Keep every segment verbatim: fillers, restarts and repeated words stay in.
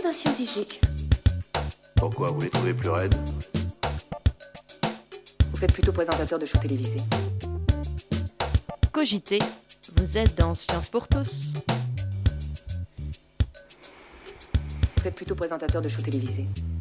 un scientifique. Pourquoi, vous les trouvez plus raides? Vous faites plutôt présentateur de show télévisé. Cogitez, vous êtes dans Science pour tous. Vous faites plutôt présentateur de show télévisé.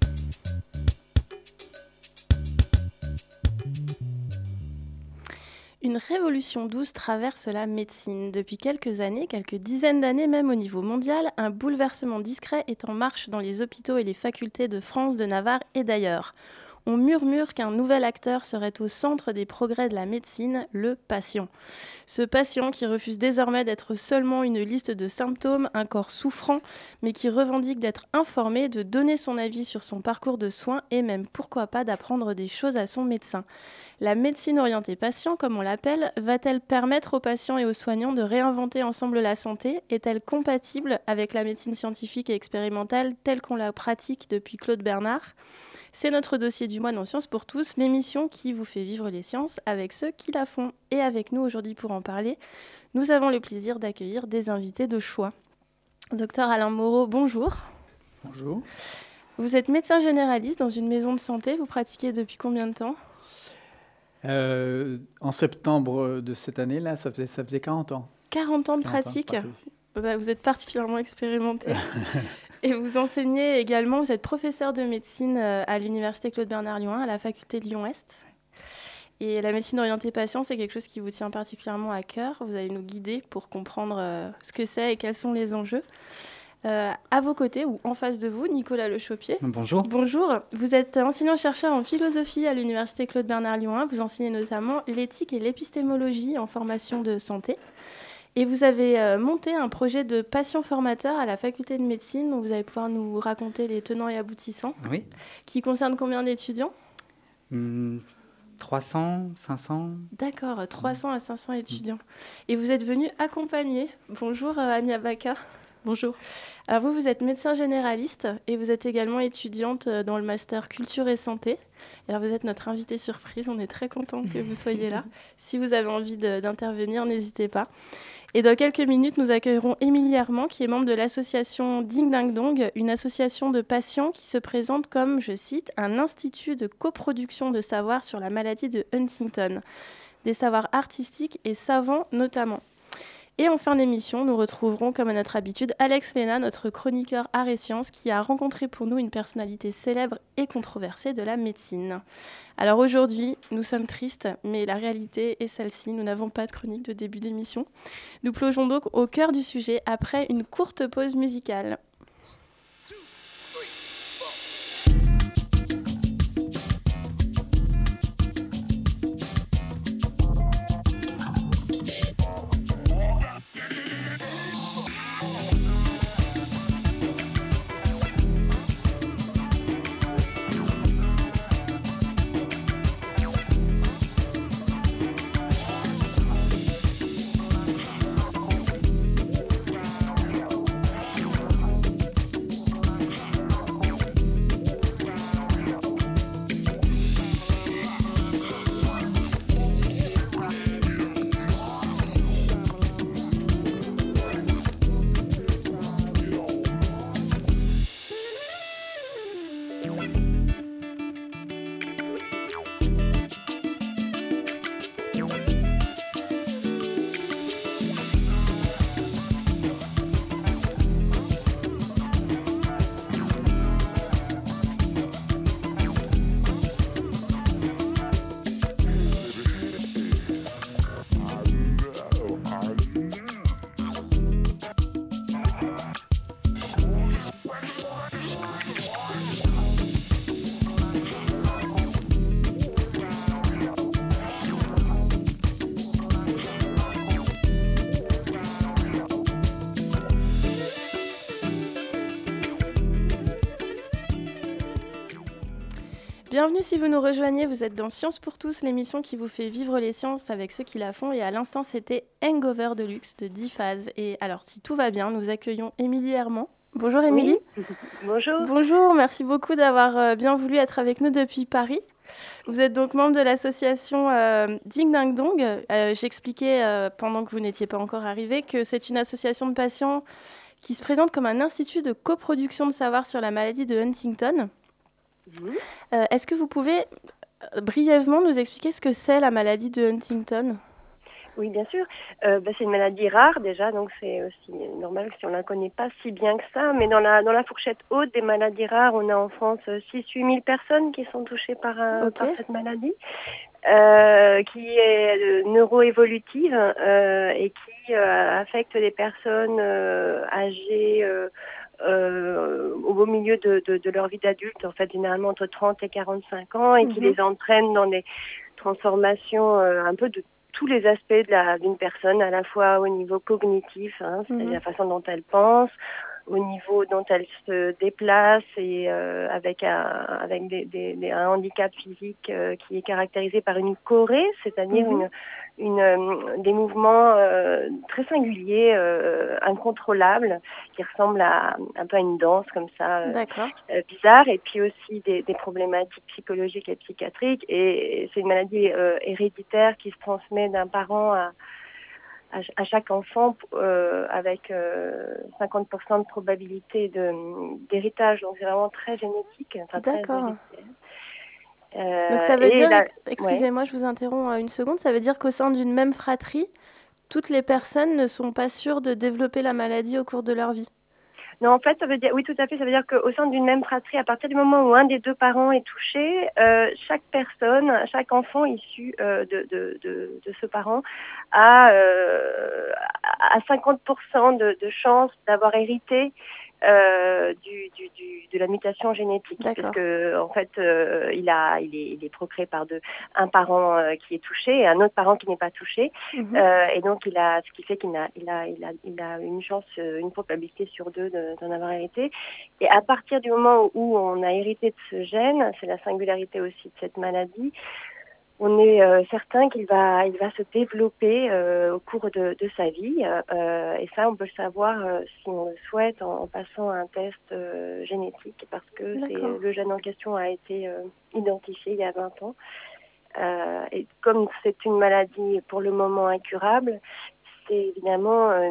Une révolution douce traverse la médecine. Depuis quelques années, quelques dizaines d'années même au niveau mondial, un bouleversement discret est en marche dans les hôpitaux et les facultés de France, de Navarre et d'ailleurs. On murmure qu'un nouvel acteur serait au centre des progrès de la médecine, le patient. Ce patient qui refuse désormais d'être seulement une liste de symptômes, un corps souffrant, mais qui revendique d'être informé, de donner son avis sur son parcours de soins et même, pourquoi pas, d'apprendre des choses à son médecin. La médecine orientée patient, comme on l'appelle, va-t-elle permettre aux patients et aux soignants de réinventer ensemble la santé? Est-elle compatible avec la médecine scientifique et expérimentale telle qu'on la pratique depuis Claude Bernard? C'est notre dossier du mois dans Science pour tous, l'émission qui vous fait vivre les sciences avec ceux qui la font. Et avec nous aujourd'hui pour en parler, nous avons le plaisir d'accueillir des invités de choix. Docteur Alain Moreau, bonjour. Bonjour. Vous êtes médecin généraliste dans une maison de santé. Vous pratiquez depuis combien de temps ? euh, En septembre de cette année-là, ça faisait, ça faisait quarante ans. quarante ans de pratique. Ans de pratique. Vous êtes particulièrement expérimenté. Et vous enseignez également, vous êtes professeur de médecine à l'université Claude Bernard Lyon un, à la faculté de Lyon-Est. Et la médecine orientée patient, c'est quelque chose qui vous tient particulièrement à cœur. Vous allez nous guider pour comprendre euh, ce que c'est et quels sont les enjeux. Euh, à vos côtés, ou en face de vous, Nicolas Lechopier. Bonjour. Bonjour. Vous êtes enseignant-chercheur en philosophie à l'université Claude Bernard Lyon un. Vous enseignez notamment l'éthique et l'épistémologie en formation de santé. Et vous avez euh, monté un projet de patient formateur à la faculté de médecine dont vous allez pouvoir nous raconter les tenants et aboutissants. Oui. Qui concerne combien d'étudiants ? Hum, trois cents, cinq cents. D'accord, trois cents à cinq cents étudiants. Et vous êtes venu accompagner. Bonjour euh, Ania Baka. Bonjour. Alors vous, vous êtes médecin généraliste et vous êtes également étudiante dans le master culture et santé. Alors vous êtes notre invitée surprise, on est très content que vous soyez là. Si vous avez envie de, d'intervenir, n'hésitez pas. Et dans quelques minutes, nous accueillerons Émilie Armand, qui est membre de l'association Ding Dang Dong, une association de patients qui se présente comme, je cite, un institut de coproduction de savoirs sur la maladie de Huntington. Des savoirs artistiques et savants notamment. Et en fin d'émission, nous retrouverons, comme à notre habitude, Alex Léna, notre chroniqueur art et sciences, qui a rencontré pour nous une personnalité célèbre et controversée de la médecine. Alors aujourd'hui, nous sommes tristes, mais la réalité est celle-ci. Nous n'avons pas de chronique de début d'émission. Nous plongeons donc au cœur du sujet après une courte pause musicale. Bienvenue si vous nous rejoignez, vous êtes dans Science pour tous, l'émission qui vous fait vivre les sciences avec ceux qui la font. Et à l'instant, c'était Hangover Deluxe de Diphase. Et alors, si tout va bien, nous accueillons Émilie Armand. Bonjour Émilie. Oui. Bonjour. Bonjour, merci beaucoup d'avoir bien voulu être avec nous depuis Paris. Vous êtes donc membre de l'association euh, Ding Dang Dong. Euh, j'expliquais euh, pendant que vous n'étiez pas encore arrivé que c'est une association de patients qui se présente comme un institut de coproduction de savoir sur la maladie de Huntington. Mmh. Euh, est-ce que vous pouvez euh, brièvement nous expliquer ce que c'est la maladie de Huntington ? Oui, bien sûr. Euh, bah, c'est une maladie rare déjà, donc c'est aussi normal si on ne la connaît pas si bien que ça. Mais dans la, dans la fourchette haute des maladies rares, on a en France six à huit mille personnes qui sont touchées par, un, okay. par cette maladie, euh, qui est euh, neuroévolutive euh, et qui euh, affecte les personnes euh, âgées euh, euh, au beau milieu de, de, de leur vie d'adulte, en fait généralement entre trente et quarante-cinq ans, et mmh. qui les entraîne dans des transformations euh, un peu de tous les aspects de la, d'une personne, à la fois au niveau cognitif, hein, c'est-à-dire mmh. la façon dont elle pense, au niveau dont elle se déplace et euh, avec, un, avec des, des, des, un handicap physique euh, qui est caractérisé par une chorée, c'est-à-dire mmh. une, une, des mouvements euh, très singuliers, euh, incontrôlables, qui ressemblent à, un peu à une danse comme ça, euh, euh, bizarre, et puis aussi des, des problématiques psychologiques et psychiatriques. Et c'est une maladie euh, héréditaire qui se transmet d'un parent à, à, à chaque enfant euh, avec euh, cinquante pour cent de probabilité de, d'héritage. Donc c'est vraiment très génétique. Enfin, D'accord. Très Euh, Donc ça veut dire, la... excusez-moi, ouais. je vous interromps une seconde, ça veut dire qu'au sein d'une même fratrie, toutes les personnes ne sont pas sûres de développer la maladie au cours de leur vie. Non, en fait, ça veut dire, oui, tout à fait, ça veut dire qu'au sein d'une même fratrie, à partir du moment où un des deux parents est touché, euh, chaque personne, chaque enfant issu euh, de, de, de, de ce parent a, euh, a cinquante pour cent de, de chances d'avoir hérité Euh, du, du, du, de la mutation génétique, parce que en fait euh, il, a, il, est, il est procréé par deux, un parent euh, qui est touché et un autre parent qui n'est pas touché, mm-hmm. euh, et donc il a, ce qui fait qu'il a, il a, il a, il a une chance, une probabilité sur deux de, d'en avoir hérité. Et à partir du moment où on a hérité de ce gène, c'est la singularité aussi de cette maladie, on est euh, certain qu'il va, il va se développer euh, au cours de, de sa vie. Euh, et ça, on peut le savoir euh, si on le souhaite en, en passant un test euh, génétique, parce que c'est, le gène en question a été euh, identifié il y a vingt ans. Euh, et comme c'est une maladie pour le moment incurable, c'est évidemment euh,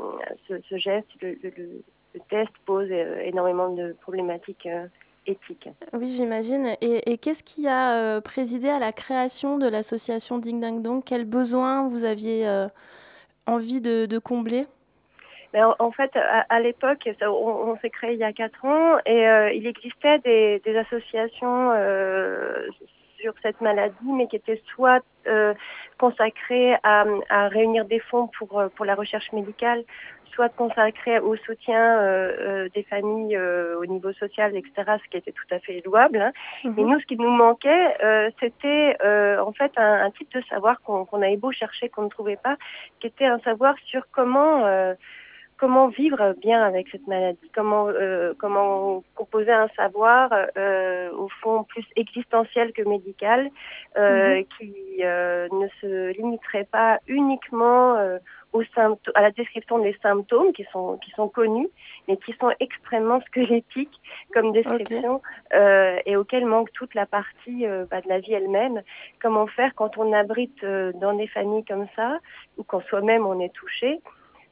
ce, ce geste, le, le, le test pose euh, énormément de problématiques euh, éthique. Oui, j'imagine. Et, et qu'est-ce qui a euh, présidé à la création de l'association Ding Dang Dong ? Quels besoins vous aviez euh, envie de, de combler ? Ben, en, en fait, à, à l'époque, ça, on, on s'est créé il y a quatre ans et euh, il existait des, des associations euh, sur cette maladie, mais qui étaient soit euh, consacrées à, à réunir des fonds pour, pour la recherche médicale, soit consacré au soutien euh, euh, des familles euh, au niveau social, et cetera, ce qui était tout à fait louable. Hein. Mm-hmm. Et nous, ce qui nous manquait, euh, c'était euh, en fait un, un type de savoir qu'on, qu'on avait beau chercher, qu'on ne trouvait pas, qui était un savoir sur comment, euh, comment vivre bien avec cette maladie, comment, euh, comment composer un savoir euh, au fond plus existentiel que médical, euh, mm-hmm. qui euh, ne se limiterait pas uniquement euh, Aux symptômes, à la description des symptômes qui sont, qui sont connus, mais qui sont extrêmement squelettiques comme description, okay. euh, et auxquels manque toute la partie euh, bah, de la vie elle-même. Comment faire quand on abrite euh, dans des familles comme ça, ou quand soi-même on est touché,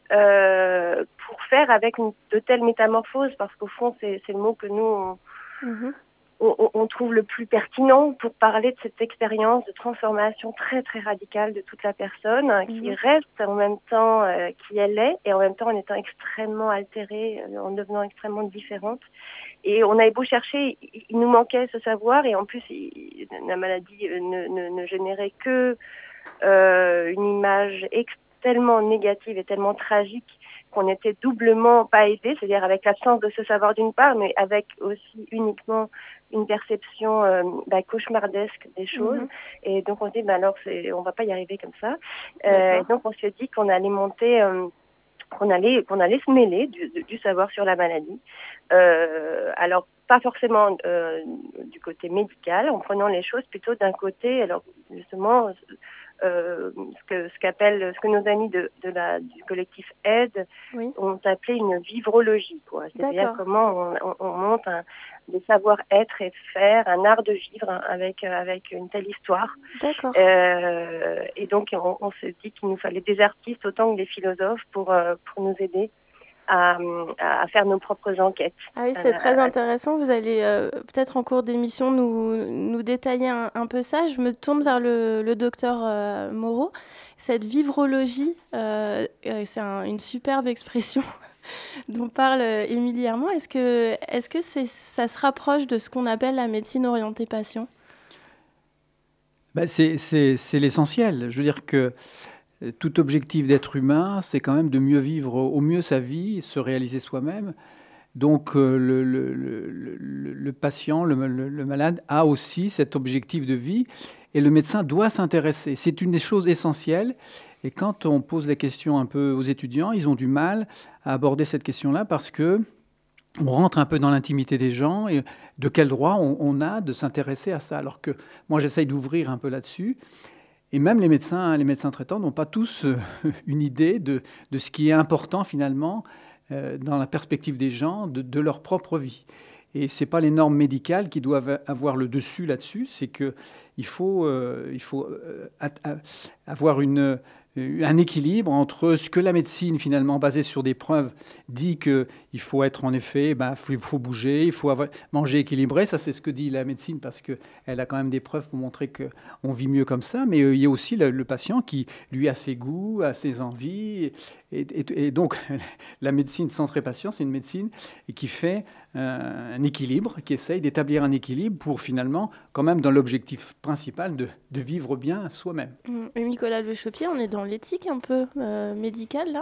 euh, pour faire avec une, de telles métamorphoses, parce qu'au fond c'est, c'est le mot que nous on, mm-hmm. on, on trouve le plus pertinent pour parler de cette expérience de transformation très très radicale de toute la personne, mmh. qui reste en même temps euh, qui elle est, et en même temps en étant extrêmement altérée, euh, en devenant extrêmement différente. Et on avait beau chercher, il, il nous manquait ce savoir, et en plus il, la maladie ne, ne, ne générait que euh, une image ex- tellement négative et tellement tragique qu'on était doublement pas aidé, c'est-à-dire avec l'absence de ce savoir d'une part, mais avec aussi uniquement une perception euh, bah, cauchemardesque des choses. Mmh. Et donc on se dit, bah, alors c'est, on va pas y arriver comme ça. Euh, et donc on se dit qu'on allait monter, euh, qu'on allait, qu'on allait se mêler du, du savoir sur la maladie. Euh, alors pas forcément euh, du côté médical, en prenant les choses plutôt d'un côté, alors justement, Euh, ce, que, ce, qu'appelle, ce que nos amis de, de la, du collectif Aide oui. ont appelé une vivrologie, quoi. C'est-à-dire D'accord. comment on, on, on monte un, des savoir-être et faire, un art de vivre hein, avec, avec une telle histoire. D'accord. Euh, et donc on, on s'est dit qu'il nous fallait des artistes autant que des philosophes pour, euh, pour nous aider à, à faire nos propres enquêtes. Ah oui, c'est Euh, très intéressant. Vous allez euh, peut-être en cours d'émission nous, nous détailler un, un peu ça. Je me tourne vers le, le docteur euh, Moreau. Cette vivrologie, euh, euh, c'est un- une superbe expression dont parle euh, Émilie Hermand. Est-ce que, est-ce que c'est, ça se rapproche de ce qu'on appelle la médecine orientée patient ? Ben, c'est, c'est, c'est l'essentiel. Je veux dire que euh, tout objectif d'être humain, c'est quand même de mieux vivre au mieux sa vie, se réaliser soi-même. Donc euh, le, le- le- le- le patient, le, le- le malade a aussi cet objectif de vie et le médecin doit s'intéresser. C'est une des choses essentielles. Et quand on pose la question un peu aux étudiants, ils ont du mal à aborder cette question-là parce que on rentre un peu dans l'intimité des gens et de quel droit on, on a de s'intéresser à ça. Alors que moi, j'essaye d'ouvrir un peu là-dessus. Et même les médecins, les médecins traitants n'ont pas tous euh, une idée de, de ce qui est important finalement euh, dans la perspective des gens, de, de leur propre vie. Et ce n'est pas les normes médicales qui doivent avoir le dessus là-dessus, c'est qu'il faut, euh, il faut euh, a- a- avoir une, un équilibre entre ce que la médecine, finalement, basée sur des preuves, dit qu'il faut être en effet, ben, il faut bouger, il faut avoir, manger équilibré, ça c'est ce que dit la médecine, parce qu'elle a quand même des preuves pour montrer qu'on vit mieux comme ça, mais euh, il y a aussi le, le patient qui, lui, a ses goûts, a ses envies, et, et, et donc la médecine centrée patient, c'est une médecine qui fait euh, un équilibre, qui essaye d'établir un équilibre pour finalement, quand même dans l'objectif principal de, de vivre bien soi-même. Et Nicolas Le Chopier, on est dans l'éthique un peu euh, médicale là ?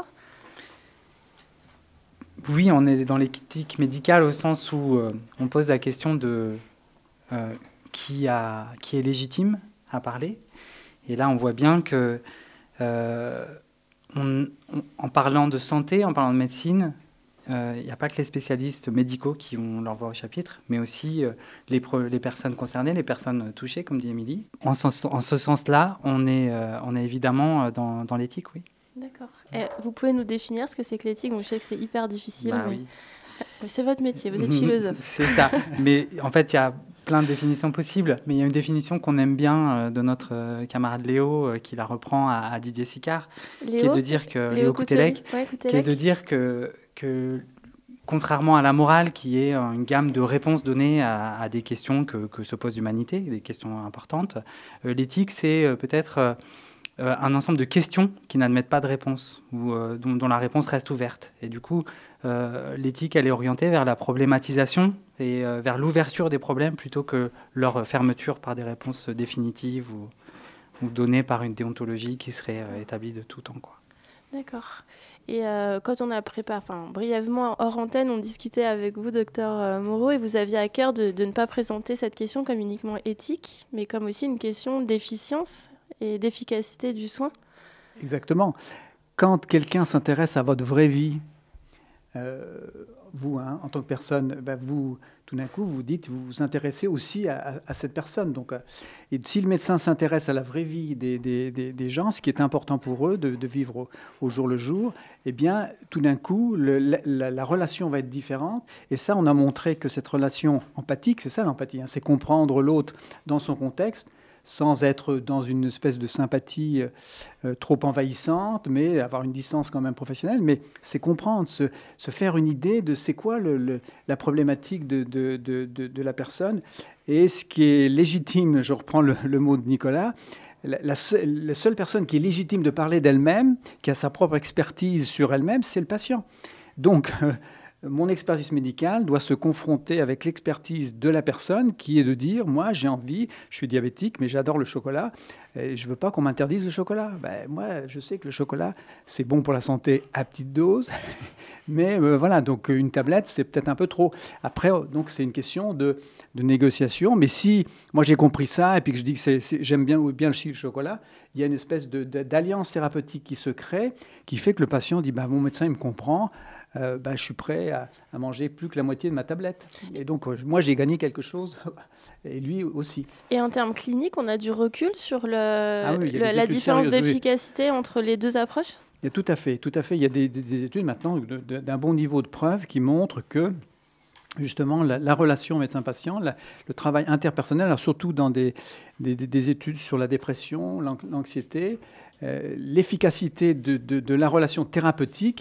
Oui, on est dans l'éthique médicale au sens où euh, on pose la question de euh, qui, a, qui est légitime à parler. Et là, on voit bien que euh, on, on, en parlant de santé, en parlant de médecine, il euh, n'y a pas que les spécialistes médicaux qui ont leur voix au chapitre, mais aussi euh, les, les personnes concernées, les personnes touchées, comme dit Émilie. En, en ce sens-là, on est, euh, on est évidemment dans, dans l'éthique, oui. D'accord. Et vous pouvez nous définir ce que c'est que l'éthique ? Bon, je sais que c'est hyper difficile, Bah, mais oui. c'est votre métier, vous êtes philosophe. C'est ça. Mais en fait, il y a plein de définitions possibles, mais il y a une définition qu'on aime bien euh, de notre euh, camarade Léo, euh, qui la reprend à, à Didier Sicard, Léo, qui est de dire que Léo Léo Coutelec, ouais, qui est de dire que, que contrairement à la morale, qui est une gamme de réponses données à, à des questions que, que se pose l'humanité, des questions importantes, euh, l'éthique, c'est euh, peut-être euh, Euh, un ensemble de questions qui n'admettent pas de réponse ou euh, dont, dont la réponse reste ouverte. Et du coup, euh, l'éthique, elle est orientée vers la problématisation et euh, vers l'ouverture des problèmes plutôt que leur fermeture par des réponses définitives ou, ou données par une déontologie qui serait euh, établie de tout temps, quoi. D'accord. Et euh, quand on a préparé, enfin brièvement hors antenne, on discutait avec vous, docteur Moreau, et vous aviez à cœur de, de ne pas présenter cette question comme uniquement éthique, mais comme aussi une question d'efficience et d'efficacité du soin. Exactement. Quand quelqu'un s'intéresse à votre vraie vie, euh, vous, hein, en tant que personne, ben vous, tout d'un coup, vous dites, vous vous intéressez aussi à, à, à cette personne. Donc, euh, et si le médecin s'intéresse à la vraie vie des, des, des, des gens, ce qui est important pour eux de, de vivre au, au jour le jour, eh bien, tout d'un coup, le, la, la relation va être différente. Et ça, on a montré que cette relation empathique, c'est ça l'empathie, hein, c'est comprendre l'autre dans son contexte, sans être dans une espèce de sympathie euh, trop envahissante, mais avoir une distance quand même professionnelle. Mais c'est comprendre, se, se faire une idée de c'est quoi le, le, la problématique de, de, de, de, de la personne. Et ce qui est légitime, je reprends le, le mot de Nicolas, la, la, seule, la seule personne qui est légitime de parler d'elle-même, qui a sa propre expertise sur elle-même, c'est le patient. Donc, euh, mon expertise médicale doit se confronter avec l'expertise de la personne qui est de dire, moi j'ai envie, je suis diabétique, mais j'adore le chocolat, et je ne veux pas qu'on m'interdise le chocolat. Ben, moi, je sais que le chocolat, c'est bon pour la santé à petite dose, mais euh, voilà, donc une tablette, c'est peut-être un peu trop. Après, donc c'est une question de, de négociation, mais si moi j'ai compris ça, et puis que je dis que c'est, c'est, j'aime bien, bien aussi le chocolat, il y a une espèce de, de, d'alliance thérapeutique qui se crée, qui fait que le patient dit, ben, mon médecin, il me comprend, Euh, ben, je suis prêt à, à manger plus que la moitié de ma tablette. Et donc, euh, moi, j'ai gagné quelque chose, et lui aussi. Et en termes cliniques, on a du recul sur le, ah oui, le, la différence sérieuses, d'efficacité oui. entre les deux approches ? Il y a tout à fait, tout à fait. Il y a des, des, des études maintenant de, de, d'un bon niveau de preuve qui montrent que, justement, la, la relation médecin-patient, la, le travail interpersonnel, alors surtout dans des, des, des études sur la dépression, l'anxiété, euh, l'efficacité de, de, de la relation thérapeutique,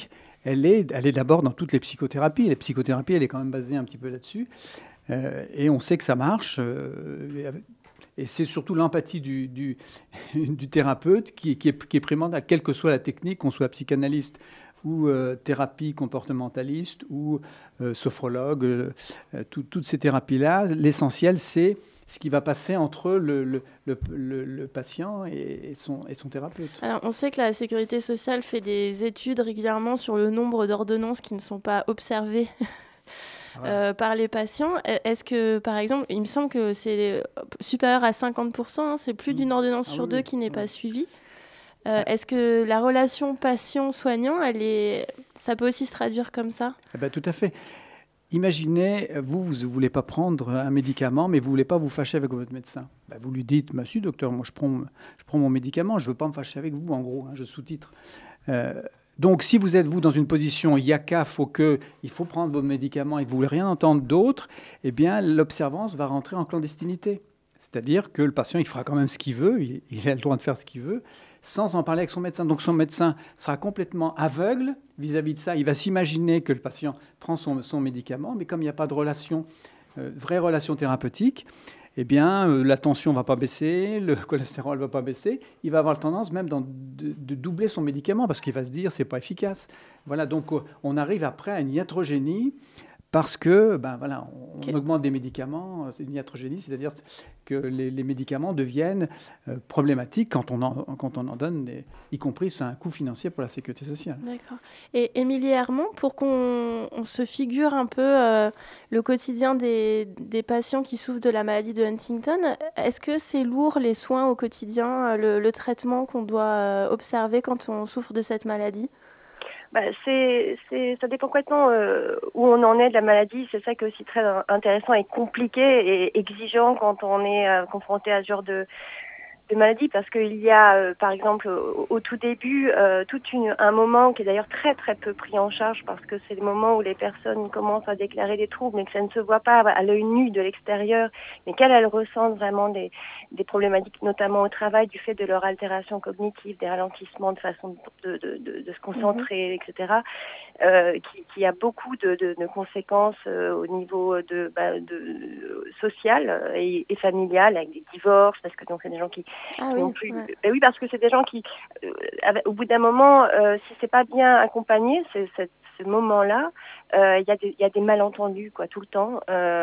elle est, elle est d'abord dans toutes les psychothérapies. Les psychothérapies, elle est quand même basée un petit peu là-dessus. Euh, et on sait que ça marche. Euh, et c'est surtout l'empathie du, du, du thérapeute qui, qui, est, qui est primordiale, quelle que soit la technique, qu'on soit psychanalyste ou euh, thérapie comportementaliste ou euh, sophrologue, euh, tout, toutes ces thérapies-là, l'essentiel, c'est ce qui va passer entre le, le, le, le, le patient et, et, son, et son thérapeute. Alors, on sait que la Sécurité sociale fait des études régulièrement sur le nombre d'ordonnances qui ne sont pas observées ouais. euh, par les patients. Est-ce que, par exemple, il me semble que c'est supérieur à cinquante pour cent, hein, c'est plus mmh. d'une ordonnance ah, sur oui, deux qui n'est oui. pas suivie. Euh, est-ce que la relation patient-soignant, elle est... ça peut aussi se traduire comme ça ? Eh ben, tout à fait. Imaginez, vous, vous ne voulez pas prendre un médicament, mais vous ne voulez pas vous fâcher avec votre médecin. Ben, vous lui dites, monsieur docteur, moi je prends, je prends mon médicament, je ne veux pas me fâcher avec vous, en gros, hein, je sous-titre. Euh, donc si vous êtes, vous, dans une position yaka, faut que, il faut prendre vos médicaments et que vous ne voulez rien entendre d'autre, eh bien l'observance va rentrer en clandestinité. C'est-à-dire que le patient, il fera quand même ce qu'il veut, il, il a le droit de faire ce qu'il veut, sans en parler avec son médecin. Donc son médecin sera complètement aveugle vis-à-vis de ça. Il va s'imaginer que le patient prend son, son médicament, mais comme il n'y a pas de relation, euh, vraie relation thérapeutique, eh bien, euh, la tension ne va pas baisser, le cholestérol ne va pas baisser. Il va avoir tendance même de, de doubler son médicament parce qu'il va se dire que ce n'est pas efficace. Voilà, donc on arrive après à une iatrogénie parce que, ben voilà, on okay. augmente des médicaments, c'est une iatrogénie, c'est-à-dire que les, les médicaments deviennent euh, problématiques quand on en, quand on en donne, des, y compris c'est un coût financier pour la sécurité sociale. D'accord. Et Émilie Hermand, pour qu'on on se figure un peu euh, le quotidien des, des patients qui souffrent de la maladie de Huntington, est-ce que c'est lourd les soins au quotidien, le, le traitement qu'on doit euh, observer quand on souffre de cette maladie ? Bah, c'est, c'est, ça dépend complètement euh, où on en est de la maladie. C'est ça qui est aussi très intéressant et compliqué et exigeant quand on est euh, confronté à ce genre de, de maladie. Parce qu'il y a, euh, par exemple, au, au tout début, euh, tout une, un moment qui est d'ailleurs très très peu pris en charge parce que c'est le moment où les personnes commencent à déclarer des troubles, mais que ça ne se voit pas à l'œil nu de l'extérieur, mais qu'elles elles ressentent vraiment des, des problématiques, notamment au travail, du fait de leur altération cognitive, des ralentissements de façon de, de, de, de se concentrer, mmh. et cetera, euh, qui, qui a beaucoup de, de, de conséquences euh, au niveau de, bah, de, social et, et familial, avec des divorces, parce que donc c'est des gens qui, ah qui oui, n'ont plus... Ouais. Ben oui, parce que c'est des gens qui, euh, avec, au bout d'un moment, euh, si c'est pas bien accompagné, c'est, c'est, ce moment-là, il euh, y, y a des malentendus quoi, tout le temps.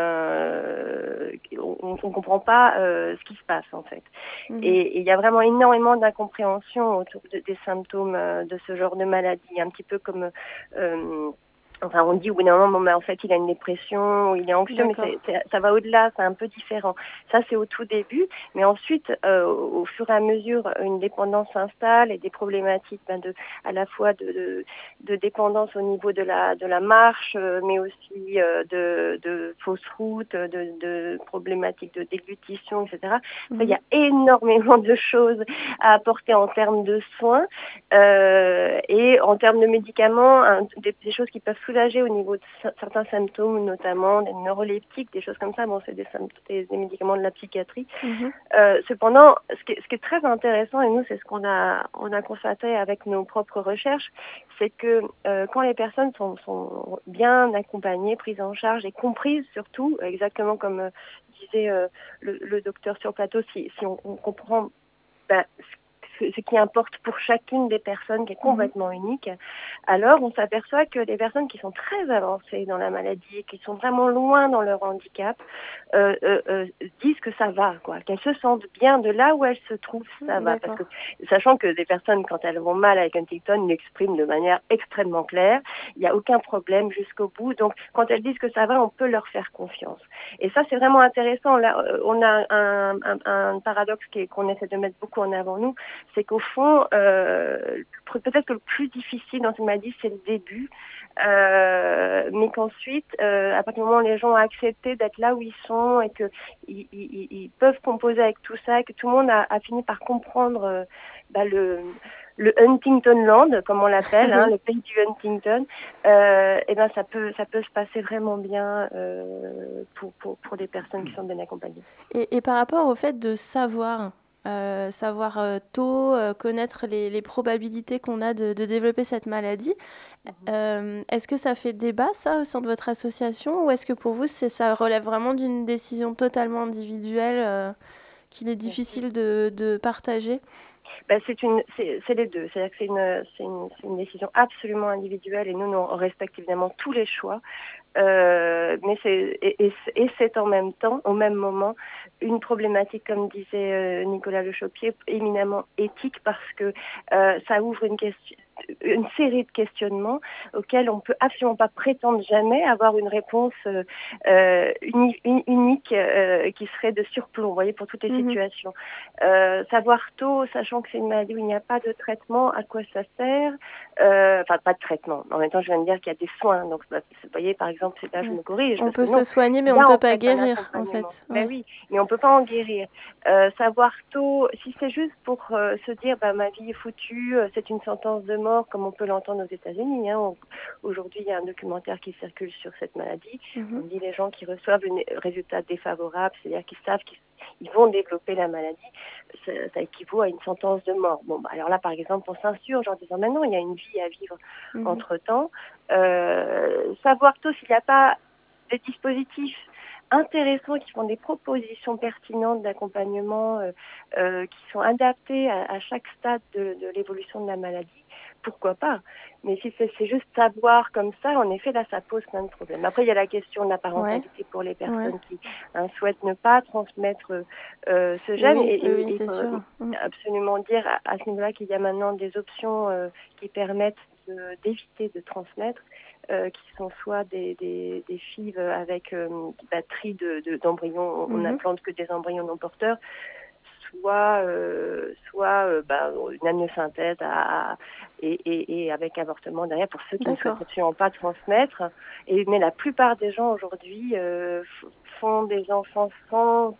Euh, on ne comprend pas euh, ce qui se passe en fait. Mmh. Et il y a vraiment énormément d'incompréhension autour de, des symptômes euh, de ce genre de maladie. Un petit peu comme... Euh, Enfin, on dit au bout d'un moment, bon, ben, en fait, il a une dépression, il est anxieux, D'accord. mais c'est, c'est, ça va au-delà, c'est un peu différent. Ça, c'est au tout début, mais ensuite, euh, au, au fur et à mesure, une dépendance s'installe et des problématiques ben, de, à la fois de, de, de dépendance au niveau de la, de la marche, euh, mais aussi euh, de, de fausses routes, de, de problématiques de déglutition, et cetera. Mm-hmm. Il y a énormément de choses à apporter en termes de soins euh, et en termes de médicaments, hein, des, des choses qui peuvent soulager au niveau de certains symptômes, notamment des neuroleptiques, des choses comme ça. Bon, c'est des, des, des médicaments de la psychiatrie. Mm-hmm. Euh, cependant, ce qui, est, ce qui est très intéressant, et nous, c'est ce qu'on a, on a constaté avec nos propres recherches, c'est que euh, quand les personnes sont, sont bien accompagnées, prises en charge et comprises surtout, exactement comme euh, disait euh, le, le docteur sur plateau, si, si on, on comprend ben, ce, ce qui importe pour chacune des personnes, qui est complètement mmh. unique, alors on s'aperçoit que les personnes qui sont très avancées dans la maladie et qui sont vraiment loin dans leur handicap euh, euh, euh, disent que ça va, quoi, qu'elles se sentent bien de là où elles se trouvent, ça va. Parce que, sachant que des personnes, quand elles vont mal avec Huntington, l'expriment de manière extrêmement claire, il n'y a aucun problème jusqu'au bout. Donc quand elles disent que ça va, on peut leur faire confiance. Et ça, c'est vraiment intéressant. Là, on a un, un, un paradoxe qui est, qu'on essaie de mettre beaucoup en avant, nous, c'est qu'au fond, euh, peut-être que le plus difficile dans cette maladie, c'est le début, euh, mais qu'ensuite, euh, à partir du moment où les gens ont accepté d'être là où ils sont et qu'ils ils, ils, ils peuvent composer avec tout ça, et que tout le monde a, a fini par comprendre euh, bah, le... le Huntington Land, comme on l'appelle, hein, le pays du Huntington, euh, et ben ça peut ça peut se passer vraiment bien euh, pour, pour pour des personnes qui sont bien accompagnées. Et, et par rapport au fait de savoir, euh, savoir euh, tôt, euh, connaître les, les probabilités qu'on a de, de développer cette maladie. Euh, est-ce que ça fait débat, ça, au sein de votre association, ou est-ce que pour vous, c'est, ça relève vraiment d'une décision totalement individuelle euh, qu'il est difficile de, de partager ? Ben, c'est, une, c'est, c'est les deux. C'est-à-dire que c'est une, c'est, une, c'est une décision absolument individuelle et nous, nous on respecte évidemment tous les choix. Euh, mais c'est, et, et, et c'est en même temps, au même moment, une problématique, comme disait euh, Nicolas Le Chaupier, éminemment éthique parce que euh, ça ouvre une question, une série de questionnements auxquels on ne peut absolument pas prétendre jamais avoir une réponse euh, uni, unique euh, qui serait de surplomb, vous voyez, pour toutes les mmh. situations. Euh, savoir tôt, sachant que c'est une maladie où il n'y a pas de traitement, à quoi ça sert ? euh, Enfin, pas de traitement. En même temps, je viens de dire qu'il y a des soins. Donc, vous voyez, par exemple, c'est là, je me corrige. On peut se non, soigner, mais on ne peut pas guérir, en fait. Ben oui, mais on ne peut pas en guérir. Euh, savoir tôt, si c'est juste pour euh, se dire, bah, ma vie est foutue, c'est une sentence de mort, comme on peut l'entendre aux États-Unis. Hein. On, aujourd'hui, il y a un documentaire qui circule sur cette maladie. Mm-hmm. On dit les gens qui reçoivent un résultat défavorable, c'est-à-dire qu'ils savent qu'ils vont développer la maladie, ça, ça équivaut à une sentence de mort. Bon, bah, alors là, par exemple, on s'insurge en disant, maintenant, il y a une vie à vivre mm-hmm. entre-temps. Euh, savoir tôt s'il n'y a pas des dispositifs intéressants qui font des propositions pertinentes d'accompagnement euh, euh, qui sont adaptées à, à chaque stade de, de l'évolution de la maladie, pourquoi pas. Mais si c'est, c'est juste savoir comme ça, en effet, là, ça pose plein de problèmes. Après, il y a la question de la parentalité ouais. pour les personnes ouais. qui hein, souhaitent ne pas transmettre euh, ce gène. Oui, et oui, il c'est faut sûr. absolument dire à, à ce niveau-là qu'il y a maintenant des options euh, qui permettent de, d'éviter de transmettre, euh, qui sont soit des, des, des F I V avec euh, batterie de, de, d'embryons, mm-hmm. on n'implante que des embryons non porteurs, soit, euh, soit euh, bah, une amniosynthèse à, à, et, et, et avec avortement derrière pour ceux qui D'accord. ne souhaitent absolument pas transmettre. Et, mais la plupart des gens aujourd'hui euh, font des enfants sans,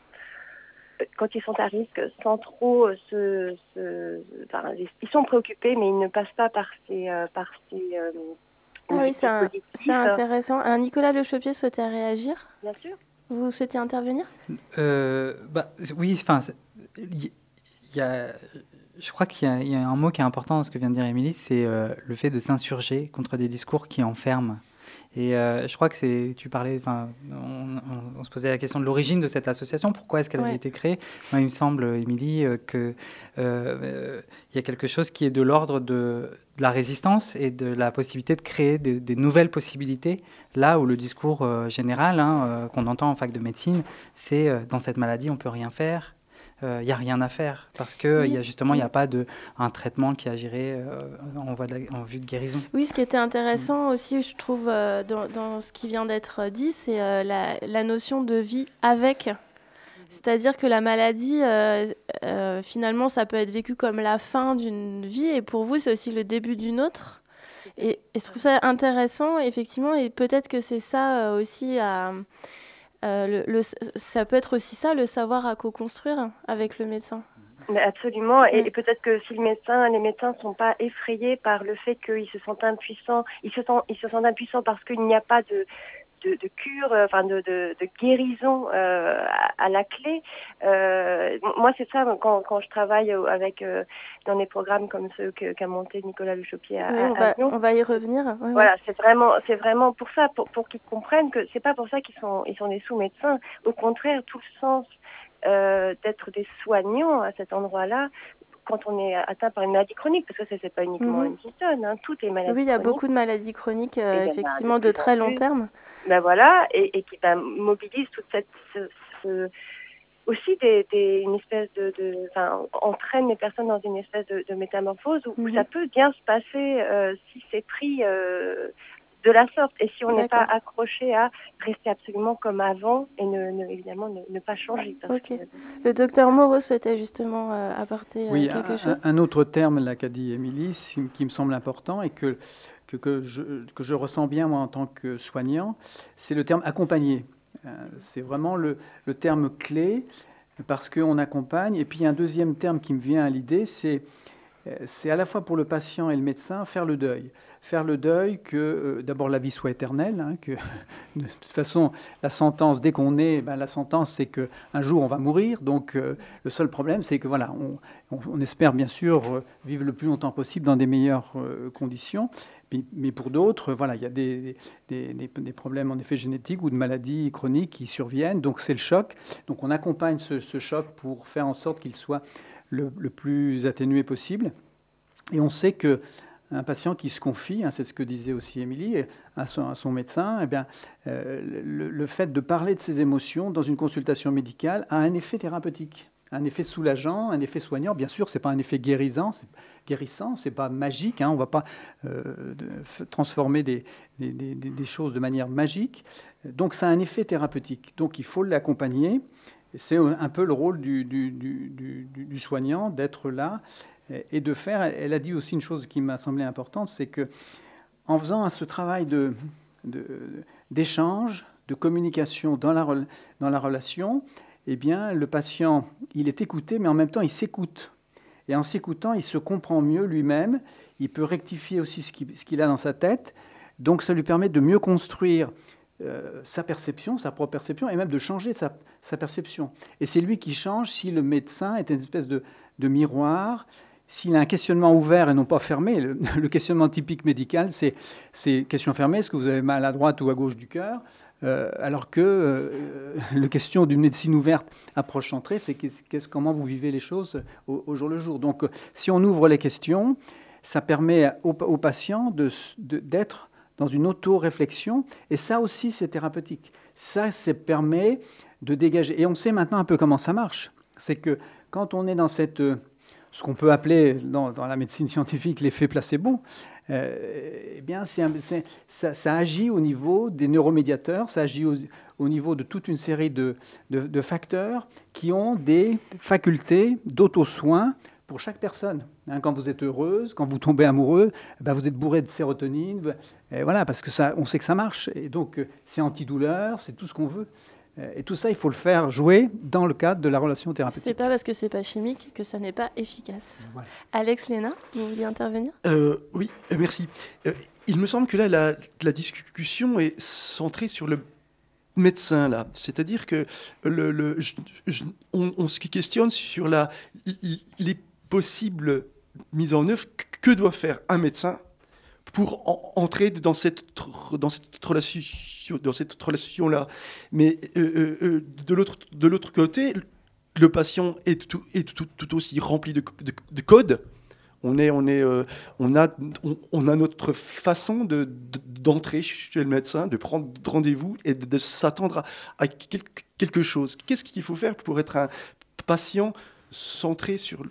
quand ils sont à risque, sans trop se... se enfin, ils sont préoccupés, mais ils ne passent pas par ces... Euh, par ces euh, ah oui, c'est, un, c'est intéressant. Alors, Nicolas Le Chaupier souhaitait réagir ? Bien sûr. Vous souhaitez intervenir ? euh, bah, Oui, enfin... Il y a, je crois qu'il y a, il y a un mot qui est important dans ce que vient de dire Émilie, c'est euh, le fait de s'insurger contre des discours qui enferment. Et euh, je crois que c'est, tu parlais, enfin, on, on, on se posait la question de l'origine de cette association, pourquoi est-ce qu'elle ouais. avait été créée. Moi, il me semble, Émilie, euh, qu'il euh, y a quelque chose qui est de l'ordre de, de la résistance et de la possibilité de créer des, des nouvelles possibilités, là où le discours euh, général hein, euh, qu'on entend en fac de médecine, c'est euh, dans cette maladie, on ne peut rien faire. Il euh, n'y a rien à faire parce que oui. y a justement il n'y a pas de un traitement qui agirait euh, en, voie de la, en vue de guérison. Oui, ce qui était intéressant mmh. aussi, je trouve, euh, dans, dans ce qui vient d'être dit, c'est euh, la, la notion de vie avec. C'est-à-dire que la maladie, euh, euh, finalement, ça peut être vécu comme la fin d'une vie et pour vous, c'est aussi le début d'une autre. Et, et je trouve ça intéressant, effectivement, et peut-être que c'est ça euh, aussi à... Euh, le, le, ça peut être aussi ça, le savoir à co-construire avec le médecin. Mais absolument, et, et peut-être que si le médecin, les médecins ne sont pas effrayés par le fait qu'ils se sentent impuissants, ils se sentent, ils se sentent impuissants parce qu'il n'y a pas de, de, de cure, euh, enfin de, de, de guérison euh, à, à la clé. Euh, moi, c'est ça, quand, quand je travaille avec, euh, dans des programmes comme ceux que, qu'a monté Nicolas Le Chaupier à, oui, on, à va, Lyon. On va y revenir. Oui, voilà, oui. c'est vraiment, c'est vraiment pour ça, pour, pour qu'ils comprennent que c'est pas pour ça qu'ils sont, ils sont des sous-médecins. Au contraire, tout le sens euh, d'être des soignants à cet endroit-là, quand on est atteint par une maladie chronique, parce que ça, c'est pas uniquement mmh. une Parkinson, hein, toutes les maladies Oui, il y a chroniques. beaucoup de maladies chroniques, euh, effectivement, de très long terme. Ben voilà, et, et qui ben, mobilisent toute cette... Ce, ce, aussi des, des, une espèce de... de enfin, entraîne les personnes dans une espèce de, de métamorphose où, mmh. où ça peut bien se passer euh, si c'est pris euh, de la sorte. Et si on D'accord. n'est pas accroché à rester absolument comme avant et ne, ne, évidemment ne, ne pas changer. Parce okay. que, le docteur Moreau souhaitait justement euh, apporter oui, euh, quelque un, chose. Un, un autre terme là, qu'a dit Émilie, qui me semble important et que, que, que, je, que je ressens bien moi en tant que soignant, c'est le terme accompagner. C'est vraiment le, le terme clé parce qu'on accompagne. Et puis il y a un deuxième terme qui me vient à l'idée, c'est c'est à la fois pour le patient et le médecin faire le deuil. Faire le deuil que, euh, d'abord, la vie soit éternelle, hein, que de toute façon, la sentence, dès qu'on est, ben, la sentence, c'est qu'un jour, on va mourir. Donc, euh, le seul problème, c'est que, voilà, on, on, on espère, bien sûr, vivre le plus longtemps possible dans des meilleures euh, conditions. Mais, mais pour d'autres, voilà, il y a des, des, des, des problèmes, en effet, génétiques ou de maladies chroniques qui surviennent. Donc, c'est le choc. Donc, on accompagne ce, ce choc pour faire en sorte qu'il soit le, le plus atténué possible. Et on sait que un patient qui se confie, hein, c'est ce que disait aussi Émilie, à son, à son médecin, eh bien, euh, le, le fait de parler de ses émotions dans une consultation médicale a un effet thérapeutique, un effet soulageant, un effet soignant. Bien sûr, ce n'est pas un effet guérisant, c'est, guérissant, ce n'est pas magique, hein, on ne va pas euh, de, transformer des, des, des, des choses de manière magique. Donc, ça a un effet thérapeutique. Donc, il faut l'accompagner. C'est un peu le rôle du, du, du, du, du soignant, d'être là et de faire. Elle a dit aussi une chose qui m'a semblé importante, c'est que en faisant ce travail de, de, d'échange, de communication dans la, dans la relation, eh bien, le patient, il est écouté, mais en même temps, il s'écoute. Et en s'écoutant, il se comprend mieux lui-même, il peut rectifier aussi ce qu'il, ce qu'il a dans sa tête. Donc, ça lui permet de mieux construire euh, sa perception, sa propre perception, et même de changer sa, sa perception. Et c'est lui qui change si le médecin est une espèce de, de miroir. S'il a un questionnement ouvert et non pas fermé, le, le questionnement typique médical, c'est, c'est question fermée, est-ce que vous avez mal à droite ou à gauche du cœur, euh, alors que euh, le question d'une médecine ouverte, approche centrée, c'est qu'est-ce, comment vous vivez les choses au, au jour le jour. Donc, si on ouvre les questions, ça permet aux, aux patients de, de, d'être dans une auto-réflexion, et ça aussi, c'est thérapeutique. Ça, ça permet de dégager. Et on sait maintenant un peu comment ça marche. C'est que quand on est dans cette... ce qu'on peut appeler dans, dans la médecine scientifique l'effet placebo, euh, eh bien, c'est un, c'est, ça, ça agit au niveau des neuromédiateurs, ça agit au, au niveau de toute une série de, de, de facteurs qui ont des facultés d'auto-soin pour chaque personne. Hein, quand vous êtes heureuse, quand vous tombez amoureux, ben vous êtes bourré de sérotonine, et voilà, parce que ça, on sait que ça marche. Et donc, c'est antidouleur, c'est tout ce qu'on veut. Et tout ça, il faut le faire jouer dans le cadre de la relation thérapeutique. C'est pas parce que c'est pas chimique que ça n'est pas efficace. Voilà. Alex, Léna, vous vouliez intervenir ? euh, Oui, merci. Euh, il me semble que là, la, la discussion est centrée sur le médecin, là. C'est-à-dire que le, le, je, je, on, on se questionne sur la, les possibles mises en œuvre. Que doit faire un médecin pour en, entrer dans cette, dans cette relation, dans cette relation-là. Mais euh, euh, de, l'autre, de l'autre côté, le patient est tout, est tout, tout aussi rempli de, de, de codes. On, est, on, est, euh, on, a, on, on a notre façon de, de, d'entrer chez le médecin, de prendre rendez-vous et de, de s'attendre à, à quelque chose. Qu'est-ce qu'il faut faire pour être un patient centré sur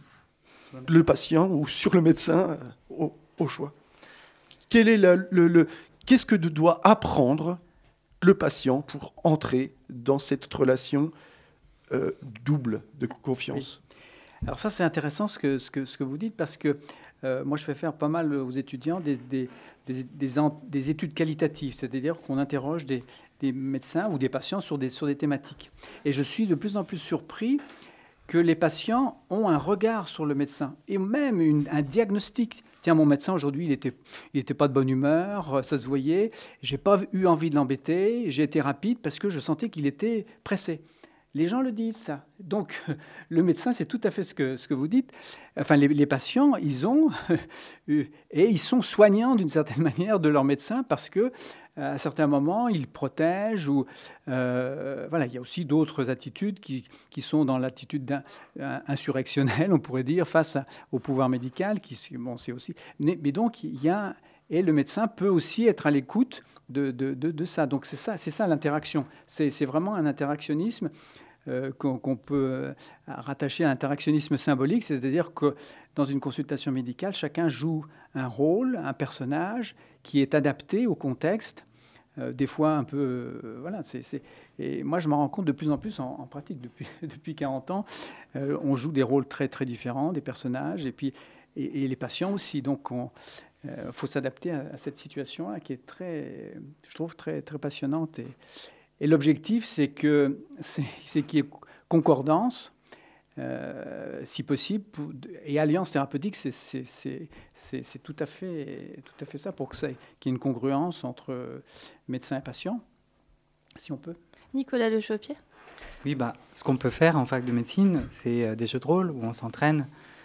le patient ou sur le médecin au, au choix ? Quel est le, le, le, qu'est-ce que doit apprendre le patient pour entrer dans cette relation euh, double de confiance ? Oui. Alors ça, c'est intéressant ce que, ce que, ce que vous dites, parce que euh, moi, je fais faire pas mal aux étudiants des, des, des, des, des études qualitatives, c'est-à-dire qu'on interroge des, des médecins ou des patients sur des, sur des thématiques. Et je suis de plus en plus surpris que les patients ont un regard sur le médecin, et même une, un diagnostic. Tiens, mon médecin, aujourd'hui, il n'était il était pas de bonne humeur, ça se voyait. Je n'ai pas eu envie de l'embêter. J'ai été rapide parce que je sentais qu'il était pressé. Les gens le disent, ça. Donc, le médecin, c'est tout à fait ce que, ce que vous dites. Enfin, les, les patients, ils ont... et ils sont soignants, d'une certaine manière, de leur médecin parce que à certains moments, ils protègent. Ou, euh, voilà, il y a aussi d'autres attitudes qui, qui sont dans l'attitude insurrectionnelle, on pourrait dire, face à, au pouvoir médical. Qui, bon, c'est aussi... Mais, mais donc, il y a... Et le médecin peut aussi être à l'écoute de, de, de, de ça. Donc c'est ça, c'est ça l'interaction. C'est, c'est vraiment un interactionnisme euh, qu'on, qu'on peut rattacher à l'interactionnisme symbolique, c'est-à-dire que dans une consultation médicale, chacun joue un rôle, un personnage qui est adapté au contexte. Euh, des fois un peu... Euh, voilà, c'est, c'est... Et moi, je m'en rends compte de plus en plus en, en pratique. Depuis, depuis quarante ans, euh, on joue des rôles très, très différents, des personnages, et, puis, et, et les patients aussi. Donc, on... Il euh, faut s'adapter à, à cette situation-là qui est très, je trouve, très, très passionnante. Et, et l'objectif, c'est, que, c'est, c'est qu'il y ait concordance euh, si possible. Pour, et alliance thérapeutique, c'est, c'est, c'est, c'est, c'est tout à fait, tout à fait ça, pour que ça, qu'il y ait une congruence entre médecin et patient, si on peut. Nicolas Le Chopier. Oui, bah, ce qu'on peut faire en fac de médecine, c'est des jeux de rôle où on s'entraîne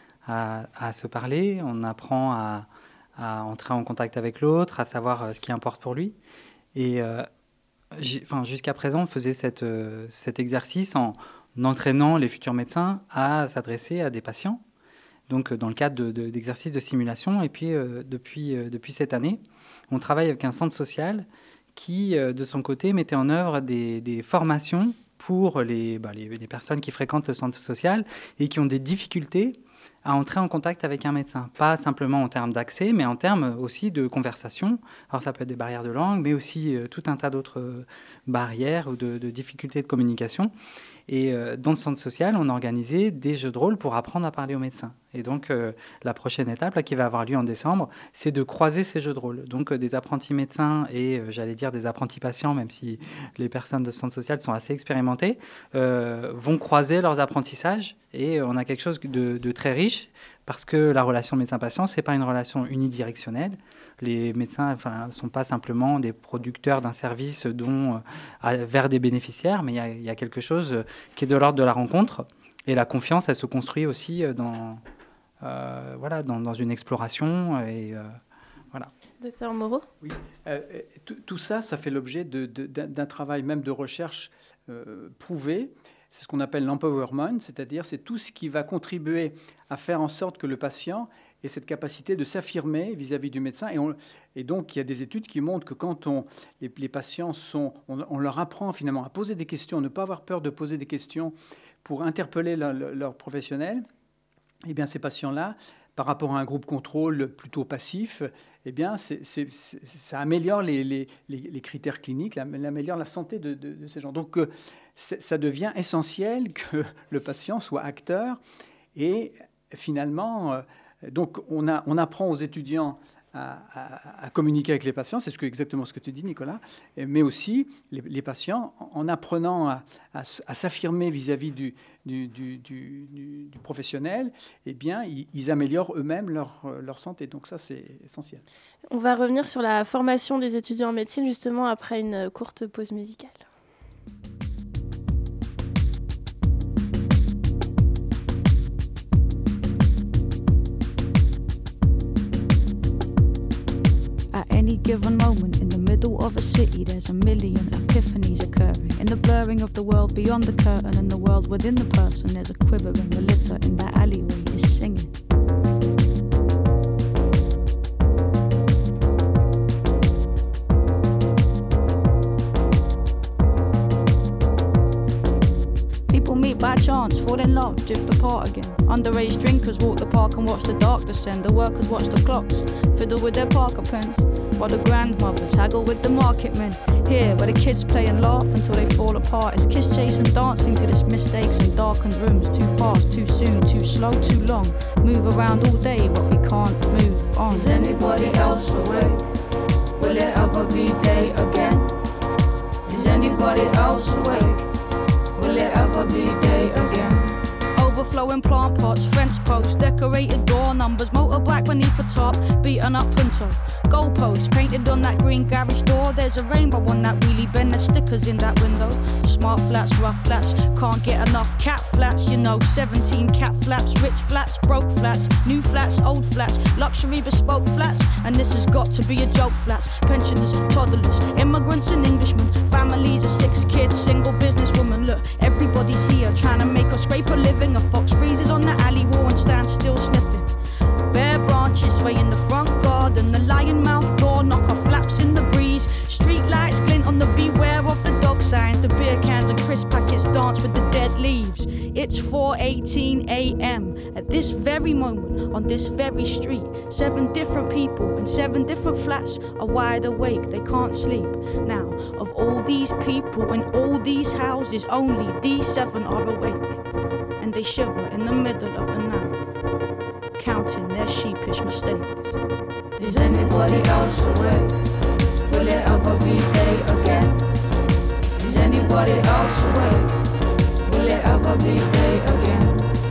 à, à se parler, on apprend à, à entrer en contact avec l'autre, à savoir ce qui importe pour lui. Et euh, enfin, jusqu'à présent, on faisait cette, euh, cet exercice en entraînant les futurs médecins à s'adresser à des patients, donc dans le cadre de, de, d'exercices de simulation. Et puis, euh, depuis, euh, depuis cette année, on travaille avec un centre social qui, euh, de son côté, mettait en œuvre des, des formations pour les, bah, les, les personnes qui fréquentent le centre social et qui ont des difficultés à entrer en contact avec un médecin. Pas simplement en termes d'accès, mais en termes aussi de conversation. Alors ça peut être des barrières de langue, mais aussi euh, tout un tas d'autres euh, barrières ou de, de difficultés de communication. Et euh, dans le centre social, on a organisé des jeux de rôle pour apprendre à parler aux médecins. Et donc, euh, la prochaine étape, là, qui va avoir lieu en décembre, c'est de croiser ces jeux de rôle. Donc, euh, des apprentis médecins et, euh, j'allais dire, des apprentis patients, même si les personnes de ce centre social sont assez expérimentées, euh, vont croiser leurs apprentissages. Et on a quelque chose de, de très riche, parce que la relation médecin-patient, ce n'est pas une relation unidirectionnelle. Les médecins ne sont pas simplement des producteurs d'un service dont, euh, vers des bénéficiaires, mais il y, y a quelque chose qui est de l'ordre de la rencontre. Et la confiance, elle se construit aussi dans, euh, voilà, dans, dans une exploration. Et, euh, voilà. Docteur Moreau. Oui. Euh, tout, tout ça, ça fait l'objet de, de, d'un, d'un travail même de recherche euh, prouvé. C'est ce qu'on appelle l'empowerment, c'est-à-dire c'est tout ce qui va contribuer à faire en sorte que le patient ait cette capacité de s'affirmer vis-à-vis du médecin. Et, on, et donc, il y a des études qui montrent que quand on, les, les patients sont... On, on leur apprend finalement à poser des questions, ne pas avoir peur de poser des questions pour interpeller leur, leur professionnel, eh bien, ces patients-là, par rapport à un groupe contrôle plutôt passif, eh bien, c'est, c'est, c'est, ça améliore les, les, les critères cliniques, ça améliore la santé de, de, de ces gens. Donc, euh, ça devient essentiel que le patient soit acteur. Et finalement, euh, donc on, a, on apprend aux étudiants à, à, à communiquer avec les patients, c'est ce que, exactement ce que tu dis, Nicolas, mais aussi les, les patients, en apprenant à, à, à s'affirmer vis-à-vis du, du, du, du, du professionnel, eh bien, ils, ils améliorent eux-mêmes leur, leur santé. Donc ça, c'est essentiel. On va revenir sur la formation des étudiants en médecine, justement, après une courte pause musicale. Any given moment in the middle of a city, there's a million epiphanies occurring. In the blurring of the world beyond the curtain and the world within the person, there's a quiver in the litter in that alleyway is singing. People meet by chance, fall in love, drift apart again. Underage drinkers walk the park and watch the dark descend. The workers watch the clocks, fiddle with their Parker pens, while the grandmothers haggle with the market men. Here, where the kids play and laugh until they fall apart, it's kiss chasing, dancing to this mistakes in darkened rooms. Too fast, too soon, too slow, too long. Move around all day, but we can't move on. Is anybody else awake? Will it ever be day again? Is anybody else awake? Will it ever be day again? Overflowing plant pots, fence posts, decorated door numbers, motorbike beneath the top, beaten up Punto. Goalposts painted on that green garage door. There's a rainbow on that wheelie bin, there's stickers in that window. Smart flats, rough flats, can't get enough cat flats, you know. seventeen cat flats, rich flats, broke flats, new flats, old flats, luxury bespoke flats. And this has got to be a joke flats. Pensioners, toddlers, immigrants and Englishmen, families of six kids, single businesswoman. Look, everybody's here trying to make or scrape a living. A fox freezes on the alley wall and stands still sniffing. Bare branches sway in the front garden. The lion mouth door knocker flaps in the breeze. Street lights glint on the beware of the dog signs. The beer cans and crisp packets dance with the dead leaves. It's four eighteen a.m. At this very moment, on this very street, seven different people in seven different flats are wide awake, they can't sleep. Now, of all these people in all these houses, only these seven are awake. And they shiver in the middle of the night, counting their sheepish mistakes. Is anybody else awake? Will it ever be day again? Is anybody else awake? Will it ever be day again?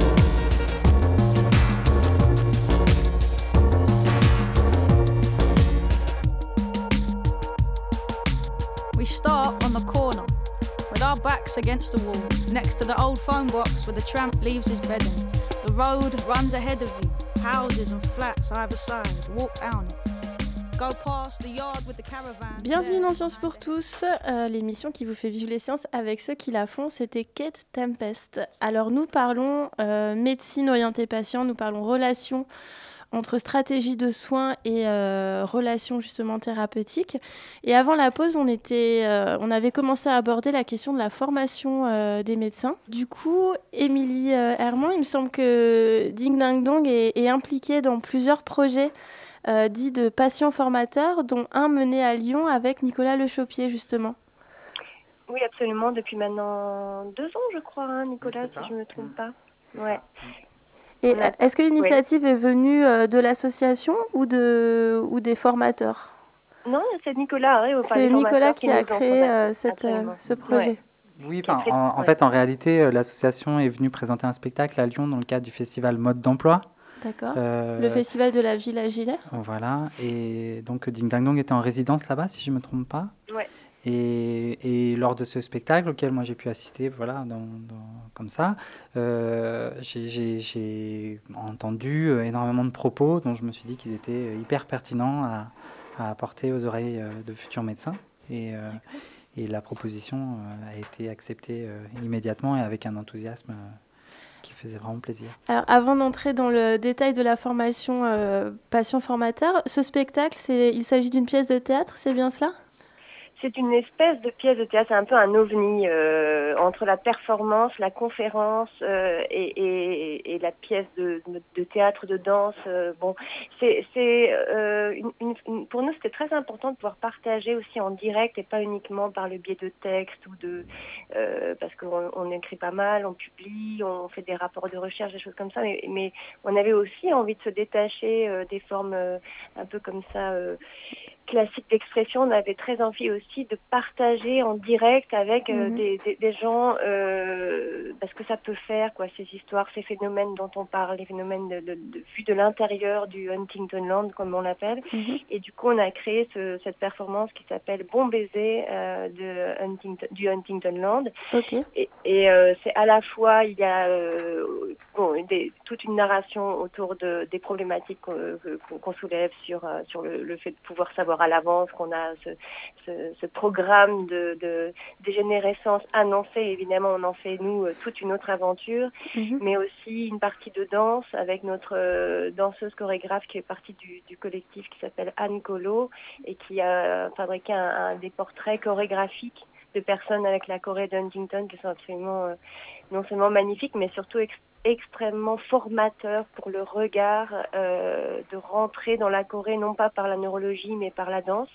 face against the wall, next to the old phone box where the tramp leaves his bedding. The road runs ahead of you, houses and flats either side, walk down it. Go past the yard with the caravan. Bienvenue dans Sciences pour tous, euh, l'émission qui vous fait vivre les sciences avec ceux qui la font. C'était Kate Tempest. Alors nous parlons euh, médecine orientée patient, nous parlons relations entre stratégie de soins et euh, relations justement thérapeutiques. Et avant la pause, on, était, euh, on avait commencé à aborder la question de la formation euh, des médecins. Du coup, Émilie euh, Herman, il me semble que Ding Dang Dong est, est impliquée dans plusieurs projets euh, dits de patients formateurs, dont un mené à Lyon avec Nicolas Le Chaupier, justement. Oui, absolument, depuis maintenant deux ans, je crois, hein, Nicolas, oui, si je ne me trompe pas. Ouais. Et est-ce que l'initiative oui. est venue de l'association ou, de, ou des formateurs ? Non, c'est Nicolas. Oui, c'est Nicolas qui, qui a créé euh, cette, euh, ce projet. Ouais. Oui, en, en fait, en réalité, l'association est venue présenter un spectacle à Lyon dans le cadre du festival Mode d'emploi. D'accord. Euh, le festival de la ville à Gilet. Voilà. Et donc, Ding Dang Dong était en résidence là-bas, si je ne me trompe pas. Ouais. Et, et lors de ce spectacle auquel moi j'ai pu assister, voilà, dans, dans, comme ça, euh, j'ai, j'ai, j'ai entendu énormément de propos dont je me suis dit qu'ils étaient hyper pertinents à, à apporter aux oreilles de futurs médecins. Et, euh, et la proposition a été acceptée immédiatement et avec un enthousiasme qui faisait vraiment plaisir. Alors, avant d'entrer dans le détail de la formation euh, patient-formateur, ce spectacle, c'est, il s'agit d'une pièce de théâtre, c'est bien cela ? C'est une espèce de pièce de théâtre, c'est un peu un ovni euh, entre la performance, la conférence euh, et, et, et la pièce de, de théâtre, de danse. Euh, bon, c'est, c'est euh, une, une, une, pour nous, c'était très important de pouvoir partager aussi en direct et pas uniquement par le biais de textes ou de euh, parce qu'on on écrit pas mal, on publie, on fait des rapports de recherche, des choses comme ça. Mais, mais on avait aussi envie de se détacher euh, des formes euh, un peu comme ça. Euh, classique d'expression, on avait très envie aussi de partager en direct avec euh, mmh. des, des, des gens euh, parce que ça peut faire quoi, ces histoires, ces phénomènes dont on parle, les phénomènes de, de, de, vus de l'intérieur du Huntington Land comme on l'appelle. Mmh. Et du coup on a créé ce, cette performance qui s'appelle Bon baiser euh, de Huntington, du Huntington Land. Okay. Et, et euh, c'est à la fois il y a euh, bon, des, toute une narration autour de, des problématiques qu'on, qu'on soulève sur, euh, sur le, le fait de pouvoir savoir à l'avance qu'on a ce, ce, ce programme de, de dégénérescence annoncé. Évidemment, on en fait, nous, toute une autre aventure, mm-hmm. mais aussi une partie de danse avec notre euh, danseuse chorégraphe qui est partie du, du collectif qui s'appelle Anne Colo et qui a fabriqué un, un, des portraits chorégraphiques de personnes avec la choré de Huntington qui sont absolument, euh, non seulement magnifiques, mais surtout ex- extrêmement formateur pour le regard, euh, de rentrer dans la choré, non pas par la neurologie, mais par la danse,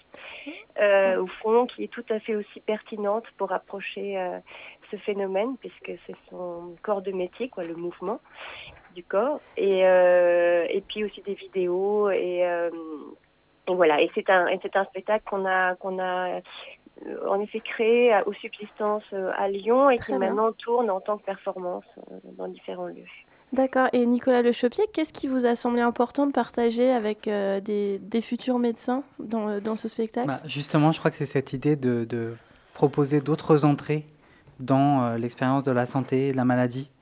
euh, au fond, qui est tout à fait aussi pertinente pour approcher euh, ce phénomène, puisque c'est son corps de métier, quoi, le mouvement du corps, et, euh, et puis aussi des vidéos, et, euh, et voilà, et c'est un, et c'est un spectacle qu'on a, qu'on a en effet créé aux subsistances à Lyon et Très qui bien. Maintenant tourne en tant que performance dans différents lieux. D'accord. Et Nicolas Le Chaupier, qu'est-ce qui vous a semblé important de partager avec euh, des, des futurs médecins dans, dans ce spectacle ? bah, Justement, je crois que c'est cette idée de, de proposer d'autres entrées dans euh, l'expérience de la santé et de la maladie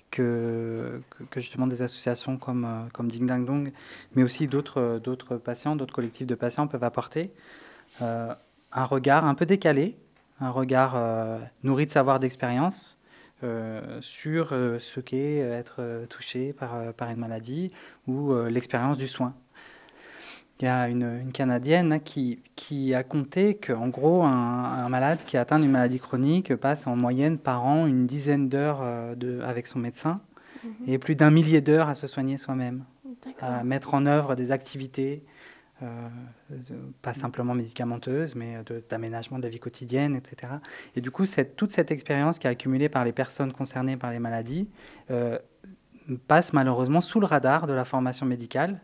que, que, que justement des associations comme, euh, comme Ding Dang Dong, mais aussi d'autres, d'autres patients, d'autres collectifs de patients peuvent apporter. Euh, un regard un peu décalé, un regard euh, nourri de savoir d'expérience euh, sur euh, ce qu'est être euh, touché par, euh, par une maladie ou euh, l'expérience du soin. Il y a une, une Canadienne qui, qui a compté qu'en gros, un, un malade qui est atteint d'une maladie chronique passe en moyenne par an une dizaine d'heures euh, de, avec son médecin mmh. et plus d'un millier d'heures à se soigner soi-même, D'accord. à mettre en œuvre des activités Euh, de, pas simplement médicamenteuses, mais de, d'aménagement de la vie quotidienne, et cetera. Et du coup, cette, toute cette expérience qui est accumulée par les personnes concernées par les maladies euh, passe malheureusement sous le radar de la formation médicale.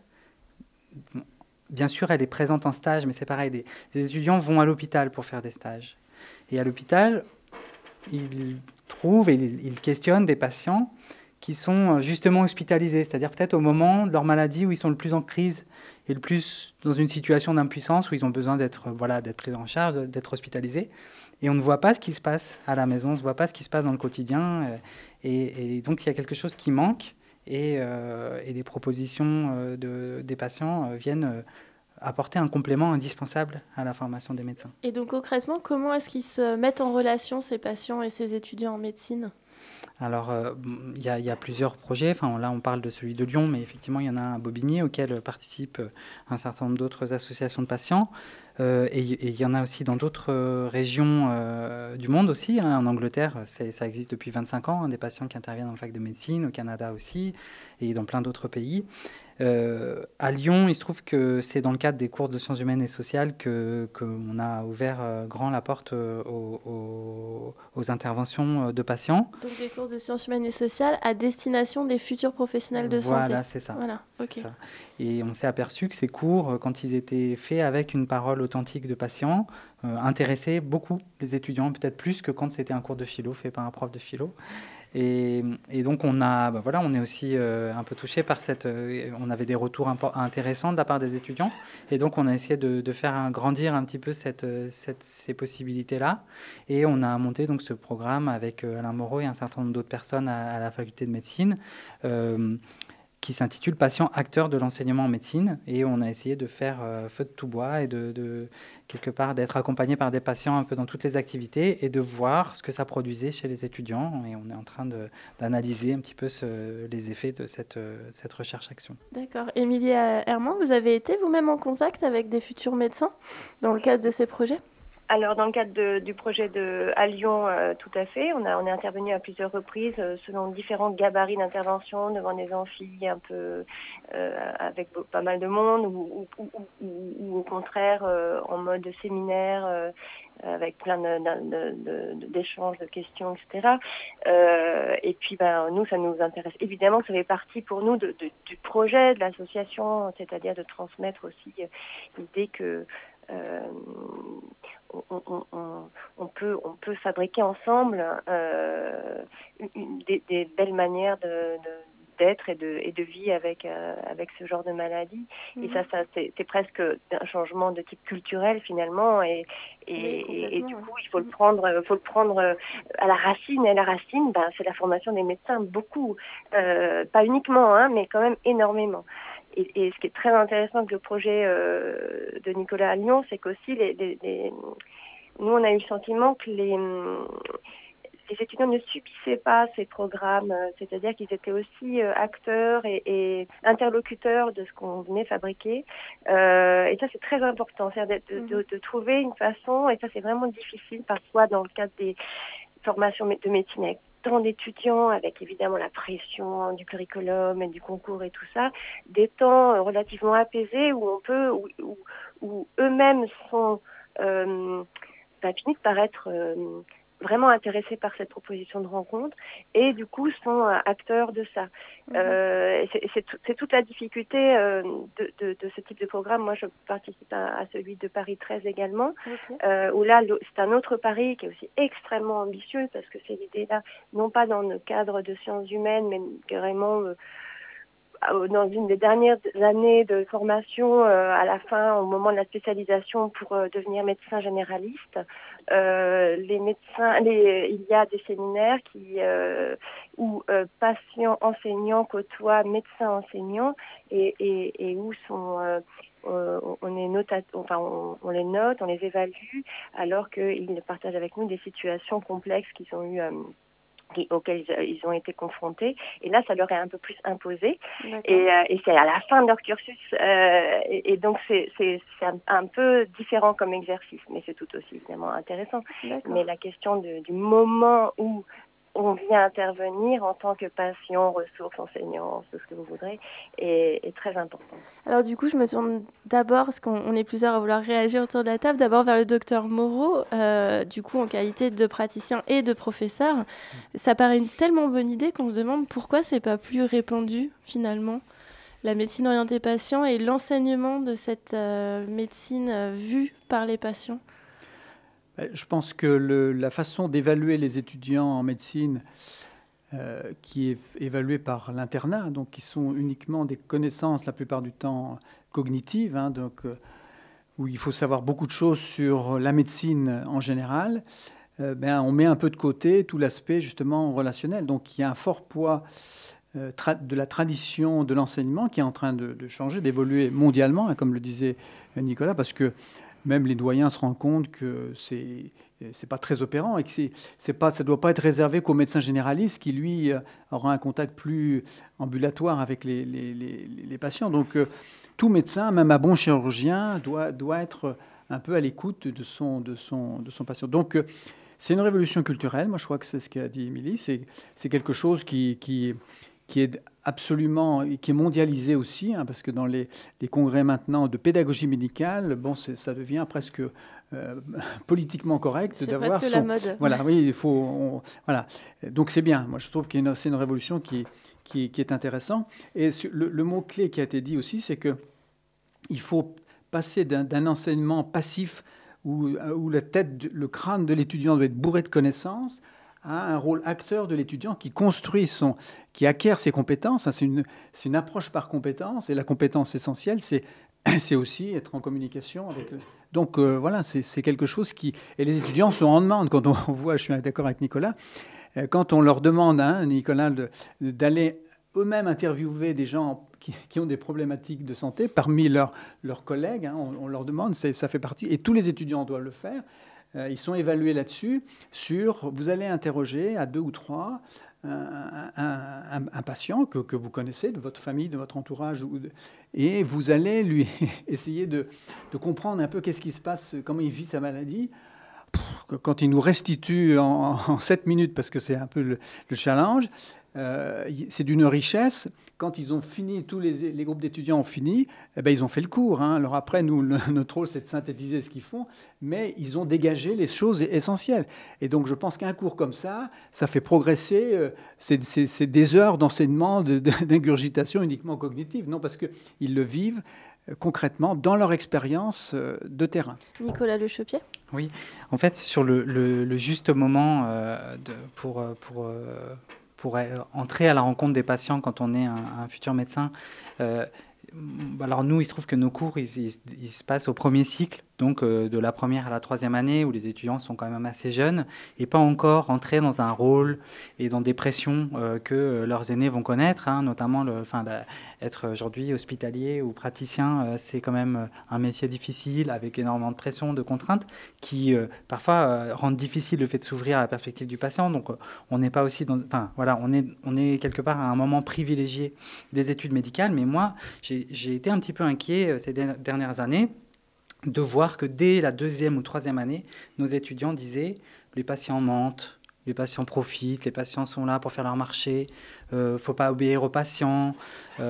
Bien sûr, elle est présente en stage, mais c'est pareil, les, les étudiants vont à l'hôpital pour faire des stages. Et à l'hôpital, ils trouvent et ils, ils questionnent des patients qui sont justement hospitalisés, c'est-à-dire peut-être au moment de leur maladie où ils sont le plus en crise et le plus dans une situation d'impuissance où ils ont besoin d'être, voilà, d'être pris en charge, d'être hospitalisés. Et on ne voit pas ce qui se passe à la maison, on ne voit pas ce qui se passe dans le quotidien. Et, et donc, il y a quelque chose qui manque. Et, euh, et les propositions de, des patients viennent apporter un complément indispensable à la formation des médecins. Et donc, concrètement, comment est-ce qu'ils se mettent en relation, ces patients et ces étudiants en médecine ? Alors, il euh, y, y a plusieurs projets. Enfin, là, on parle de celui de Lyon, mais effectivement, il y en a un à Bobigny auquel participent un certain nombre d'autres associations de patients. Euh, et il y en a aussi dans d'autres régions euh, du monde aussi. Hein. En Angleterre, c'est, ça existe depuis vingt-cinq ans, hein, des patients qui interviennent dans le fac de médecine, au Canada aussi, et dans plein d'autres pays. Euh, à Lyon, il se trouve que c'est dans le cadre des cours de sciences humaines et sociales que qu'on a ouvert euh, grand la porte euh, aux, aux, aux interventions de patients. Donc des cours de sciences humaines et sociales à destination des futurs professionnels de voilà, santé. Voilà, c'est ça. Voilà, c'est ok. ça. Et on s'est aperçu que ces cours, quand ils étaient faits avec une parole authentique de patients, euh, intéressaient beaucoup les étudiants, peut-être plus que quand c'était un cours de philo fait par un prof de philo. Et, et donc on a, ben voilà, on est aussi euh, un peu touché par cette. Euh, on avait des retours impo- intéressants de la part des étudiants, et donc on a essayé de, de faire un, grandir un petit peu cette, cette, ces possibilités-là. Et on a monté donc ce programme avec euh, Alain Moreau et un certain nombre d'autres personnes à, à la faculté de médecine. Euh, qui s'intitule « Patient acteur de l'enseignement en médecine ». Et on a essayé de faire euh, feu de tout bois et de, de, quelque part, d'être accompagné par des patients un peu dans toutes les activités et de voir ce que ça produisait chez les étudiants. Et on est en train de, d'analyser un petit peu ce, les effets de cette, cette recherche-action. D'accord. Émilie Herman, vous avez été vous-même en contact avec des futurs médecins dans le cadre de ces projets ? Alors, dans le cadre de, du projet de, à Lyon, euh, tout à fait, on, a, on est intervenu à plusieurs reprises euh, selon différents gabarits d'intervention, devant des amphis un peu euh, avec pas mal de monde, ou, ou, ou, ou, ou au contraire euh, en mode séminaire, euh, avec plein de, de, de, de, d'échanges, de questions, et cetera. Euh, et puis, ben, nous, ça nous intéresse. Évidemment, ça fait partie pour nous de, de, du projet de l'association, c'est-à-dire de transmettre aussi euh, l'idée que... Euh, On, on, on, on, peut, on peut fabriquer ensemble euh, une, des, des belles manières de, de, d'être et de, et de vie avec, euh, avec ce genre de maladie. Mmh. Et ça, ça c'est, c'est presque un changement de type culturel finalement. Et, et, oui, et, et du coup, il faut le prendre, faut le prendre à la racine. Et la racine, ben, c'est la formation des médecins, beaucoup. Euh, pas uniquement, hein, mais quand même énormément. Et, et ce qui est très intéressant avec le projet euh, de Nicolas à Lyon, c'est qu'aussi, les, les, les... nous, on a eu le sentiment que les, les étudiants ne subissaient pas ces programmes, c'est-à-dire qu'ils étaient aussi euh, acteurs et, et interlocuteurs de ce qu'on venait fabriquer. Euh, et ça, c'est très important, c'est-à-dire de, de, de trouver une façon, et ça, c'est vraiment difficile parfois dans le cadre des formations de médecine avec tant d'étudiants, avec évidemment la pression du curriculum et du concours et tout ça, des temps relativement apaisés où on peut, où, où, où eux-mêmes sont, euh, bah, finissent par être euh, vraiment intéressés par cette proposition de rencontre et du coup sont euh, acteurs de ça. Mmh. Euh, c'est, c'est, c'est toute la difficulté euh, de, de, de ce type de programme. Moi, je participe à, à celui de Paris treize également, okay. euh, où là, c'est un autre Paris qui est aussi extrêmement ambitieux parce que c'est l'idée-là, non pas dans le cadre de sciences humaines, mais carrément euh, dans une des dernières années de formation, euh, à la fin, au moment de la spécialisation pour euh, devenir médecin généraliste. Euh, les médecins, les, il y a des séminaires qui, euh, où euh, patients enseignants côtoient médecins enseignants et, et, et où sont, euh, euh, on, est nota, enfin, on, on les note, on les évalue, alors qu'ils partagent avec nous des situations complexes qu'ils ont eu. Euh, Qui, auxquels ils, ils ont été confrontés. Et là, ça leur est un peu plus imposé. Et, euh, et c'est à la fin de leur cursus. Euh, et, et donc, c'est, c'est, c'est un, un peu différent comme exercice. Mais c'est tout aussi évidemment intéressant. D'accord. Mais la question de, du moment où on vient intervenir en tant que patient, ressources, enseignant, tout ce que vous voudrez, est, est très important. Alors du coup, je me tourne d'abord, parce qu'on est plusieurs à vouloir réagir autour de la table, d'abord vers le docteur Moreau, euh, du coup en qualité de praticien et de professeur. Ça paraît une tellement bonne idée qu'on se demande pourquoi c'est pas plus répandu finalement, la médecine orientée patient et l'enseignement de cette euh, médecine euh, vue par les patients. Je pense que le, la façon d'évaluer les étudiants en médecine euh, qui est évaluée par l'internat, donc qui sont uniquement des connaissances, la plupart du temps cognitives, hein, donc, euh, où il faut savoir beaucoup de choses sur la médecine en général, euh, ben, on met un peu de côté tout l'aspect justement relationnel. Donc il y a un fort poids euh, tra- de la tradition de l'enseignement qui est en train de, de changer, d'évoluer mondialement, hein, comme le disait Nicolas, parce que même les doyens se rendent compte que c'est c'est pas très opérant et que c'est, c'est pas, ça ne doit pas être réservé qu'au médecin généraliste qui, lui, aura un contact plus ambulatoire avec les, les, les, les patients. Donc, euh, tout médecin, même un bon chirurgien, doit, doit être un peu à l'écoute de son, de son, de son patient. Donc, euh, c'est une révolution culturelle. Moi, je crois que c'est ce qu'a dit Émilie. C'est, c'est quelque chose qui, qui, qui est absolument, qui est mondialisé aussi, hein, parce que dans les, les congrès maintenant de pédagogie médicale, bon, c'est, ça devient presque euh, politiquement correct c'est d'avoir presque son, la mode. voilà, oui, il faut, on, voilà. Donc c'est bien. Moi, je trouve que c'est une révolution qui, qui, qui est intéressante. Et le, le mot clé qui a été dit aussi, c'est que il faut passer d'un, d'un enseignement passif où, où la tête, le crâne de l'étudiant doit être bourré de connaissances, à un rôle acteur de l'étudiant qui construit son, qui acquiert ses compétences. C'est une, c'est une approche par compétence, et la compétence essentielle, c'est, c'est aussi être en communication avec. Le... Donc euh, voilà, c'est, c'est quelque chose qui, et les étudiants sont en demande. Quand on voit, je suis d'accord avec Nicolas, euh, quand on leur demande, hein, Nicolas, de, d'aller eux-mêmes interviewer des gens qui, qui ont des problématiques de santé parmi leurs, leurs collègues, hein, on, on leur demande, c'est, ça fait partie, et tous les étudiants doivent le faire. Euh, ils sont évalués là-dessus, sur, vous allez interroger à deux ou trois un, un, un, un patient que, que vous connaissez, de votre famille, de votre entourage, ou de, et vous allez lui essayer de, de comprendre un peu qu'est-ce qui se passe, comment il vit sa maladie. Quand il nous restitue en, en sept minutes, parce que c'est un peu le, le challenge, euh, c'est d'une richesse. Quand ils ont fini, tous les, les groupes d'étudiants ont fini, eh ben, ils ont fait le cours. Hein. Alors après, nous, le, notre rôle, c'est de synthétiser ce qu'ils font, mais ils ont dégagé les choses essentielles. Et donc, je pense qu'un cours comme ça, ça fait progresser. Euh, c'est, c'est, c'est des heures d'enseignement, de, de, d'ingurgitation uniquement cognitive. Non, parce qu'ils le vivent euh, concrètement dans leur expérience euh, de terrain. Nicolas Lechopier ? Oui, en fait, sur le, le, le juste moment euh, de, pour... pour euh, pour entrer à la rencontre des patients quand on est un, un futur médecin. Euh, alors nous, il se trouve que nos cours, ils, ils, ils se passent au premier cycle, donc euh, de la première à la troisième année, où les étudiants sont quand même assez jeunes, et pas encore entrés dans un rôle et dans des pressions euh, que euh, leurs aînés vont connaître, hein, notamment le, enfin, la, être aujourd'hui hospitalier ou praticien, euh, c'est quand même un métier difficile, avec énormément de pression, de contraintes, qui euh, parfois euh, rendent difficile le fait de s'ouvrir à la perspective du patient. Donc euh, on n'est pas aussi dans... Enfin voilà, on est, on est quelque part à un moment privilégié des études médicales, mais moi, j'ai, j'ai été un petit peu inquiet euh, ces dernières années de voir que dès la deuxième ou troisième année, nos étudiants disaient « les patients mentent, les patients profitent, les patients sont là pour faire leur marché, il euh, ne faut pas obéir aux patients euh, ».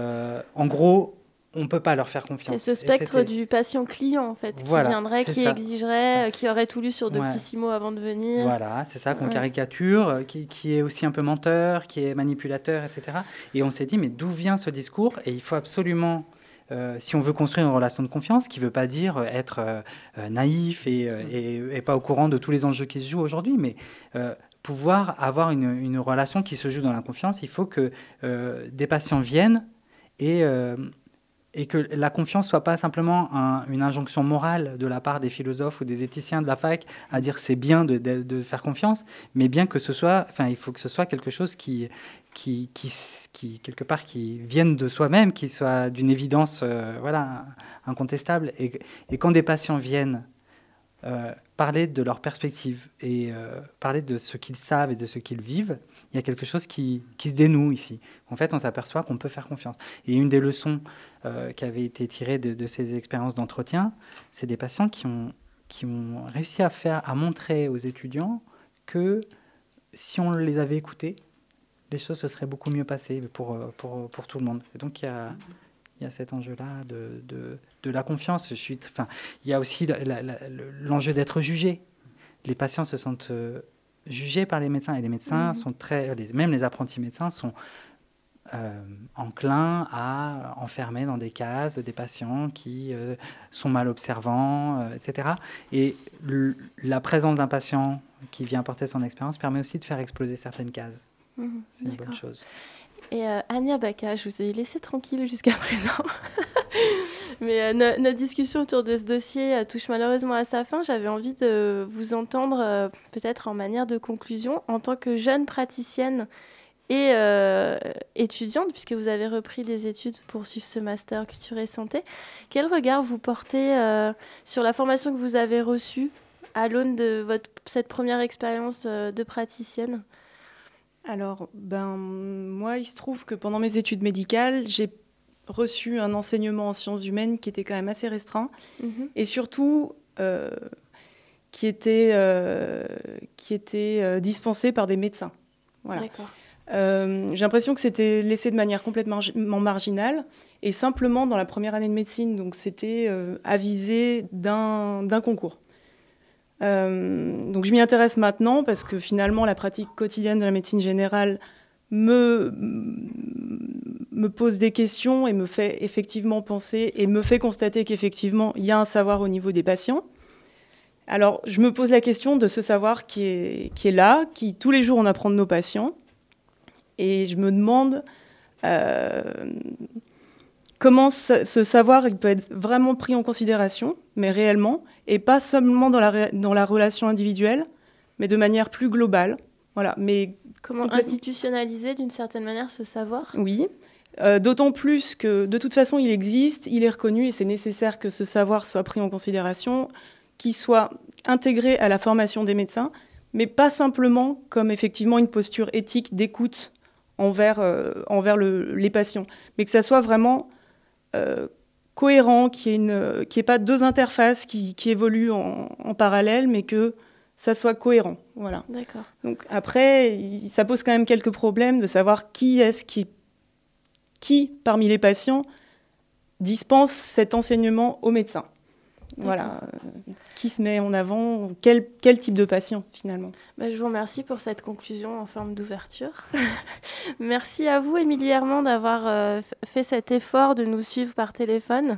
En gros, on ne peut pas leur faire confiance. C'est ce spectre du patient-client, en fait, voilà, qui viendrait, qui ça, exigerait, qui aurait tout lu sur Doctissimo ouais. avant de venir. Voilà, c'est ça qu'on ouais. caricature, qui, qui est aussi un peu menteur, qui est manipulateur, et cetera. Et on s'est dit, mais d'où vient ce discours ? Et il faut absolument... Euh, si on veut construire une relation de confiance, qui ne veut pas dire être euh, euh, naïf et, euh, et, et pas au courant de tous les enjeux qui se jouent aujourd'hui, mais euh, pouvoir avoir une, une relation qui se joue dans la confiance, il faut que euh, des patients viennent et, euh, et que la confiance ne soit pas simplement un, une injonction morale de la part des philosophes ou des éthiciens de la fac à dire c'est bien de, de, de faire confiance, mais bien que ce soit, enfin, il faut que ce soit quelque chose qui... Qui, qui, qui, quelque part, qui viennent de soi-même, qui soient d'une évidence euh, voilà, incontestable. Et, et quand des patients viennent euh, parler de leur perspective et euh, parler de ce qu'ils savent et de ce qu'ils vivent, il y a quelque chose qui, qui se dénoue ici. En fait, on s'aperçoit qu'on peut faire confiance. Et une des leçons euh, qui avait été tirée de, de ces expériences d'entretien, c'est des patients qui ont, qui ont réussi à, faire, à montrer aux étudiants que si on les avait écoutés, les choses se seraient beaucoup mieux passées pour, pour, pour tout le monde. Et donc, il y a, il y a cet enjeu-là de, de, de la confiance. Je suis, enfin, il y a aussi la, la, la, l'enjeu d'être jugé. Les patients se sentent jugés par les médecins, et les médecins mmh. sont très... Les, même les apprentis médecins sont euh, enclins à enfermer dans des cases des patients qui euh, sont mal observants, euh, et cetera. Et le, la présence d'un patient qui vient apporter son expérience permet aussi de faire exploser certaines cases. Mmh, c'est une d'accord. bonne chose. Et euh, Ania Baka, je vous ai laissé tranquille jusqu'à présent. Mais euh, no- notre discussion autour de ce dossier euh, touche malheureusement à sa fin. J'avais envie de vous entendre, euh, peut-être en manière de conclusion, en tant que jeune praticienne et euh, étudiante, puisque vous avez repris des études pour suivre ce master culture et santé. Quel regard vous portez euh, sur la formation que vous avez reçue à l'aune de votre, cette première expérience de, de praticienne ? Alors, ben, moi, il se trouve que pendant mes études médicales, j'ai reçu un enseignement en sciences humaines qui était quand même assez restreint Mmh. et surtout euh, qui était, euh, qui était euh, dispensé par des médecins. Voilà. D'accord. Euh, j'ai l'impression que c'était laissé de manière complètement marginale et simplement dans la première année de médecine, donc c'était euh, avisé d'un, d'un concours. Euh, donc je m'y intéresse maintenant parce que finalement la pratique quotidienne de la médecine générale me, me pose des questions et me fait effectivement penser et me fait constater qu'effectivement il y a un savoir au niveau des patients. Alors je me pose la question de ce savoir qui est, qui est là, qui tous les jours on apprend de nos patients et je me demande euh, comment ce, ce savoir il peut être vraiment pris en considération, mais réellement, et pas seulement dans la, dans la relation individuelle, mais de manière plus globale. Voilà. Mais Comment complètement- institutionnaliser d'une certaine manière ce savoir ? Oui, euh, d'autant plus que de toute façon il existe, il est reconnu et c'est nécessaire que ce savoir soit pris en considération, qu'il soit intégré à la formation des médecins, mais pas simplement comme effectivement une posture éthique d'écoute envers, euh, envers le, les patients, mais que ça soit vraiment euh, cohérent, qu'il n'y ait, ait pas deux interfaces qui, qui évoluent en, en parallèle, mais que ça soit cohérent. Voilà. D'accord. Donc après, il- ça pose quand même quelques problèmes de savoir qui est-ce qui, qui parmi les patients dispense cet enseignement aux médecins. Voilà. Euh, Qui se met en avant, quel, quel type de patient finalement. Bah, je vous remercie pour cette conclusion en forme d'ouverture. Merci à vous, Émilie Herman, d'avoir euh, f- fait cet effort de nous suivre par téléphone.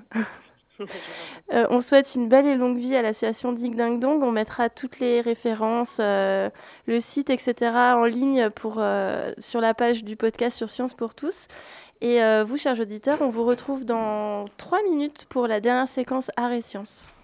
Euh, on souhaite une belle et longue vie à l'association Dig Ding Dong. On mettra toutes les références, euh, le site, et cetera en ligne pour, euh, sur la page du podcast sur Science pour tous. Et euh, vous, chers auditeurs, on vous retrouve dans trois minutes pour la dernière séquence Art et Sciences.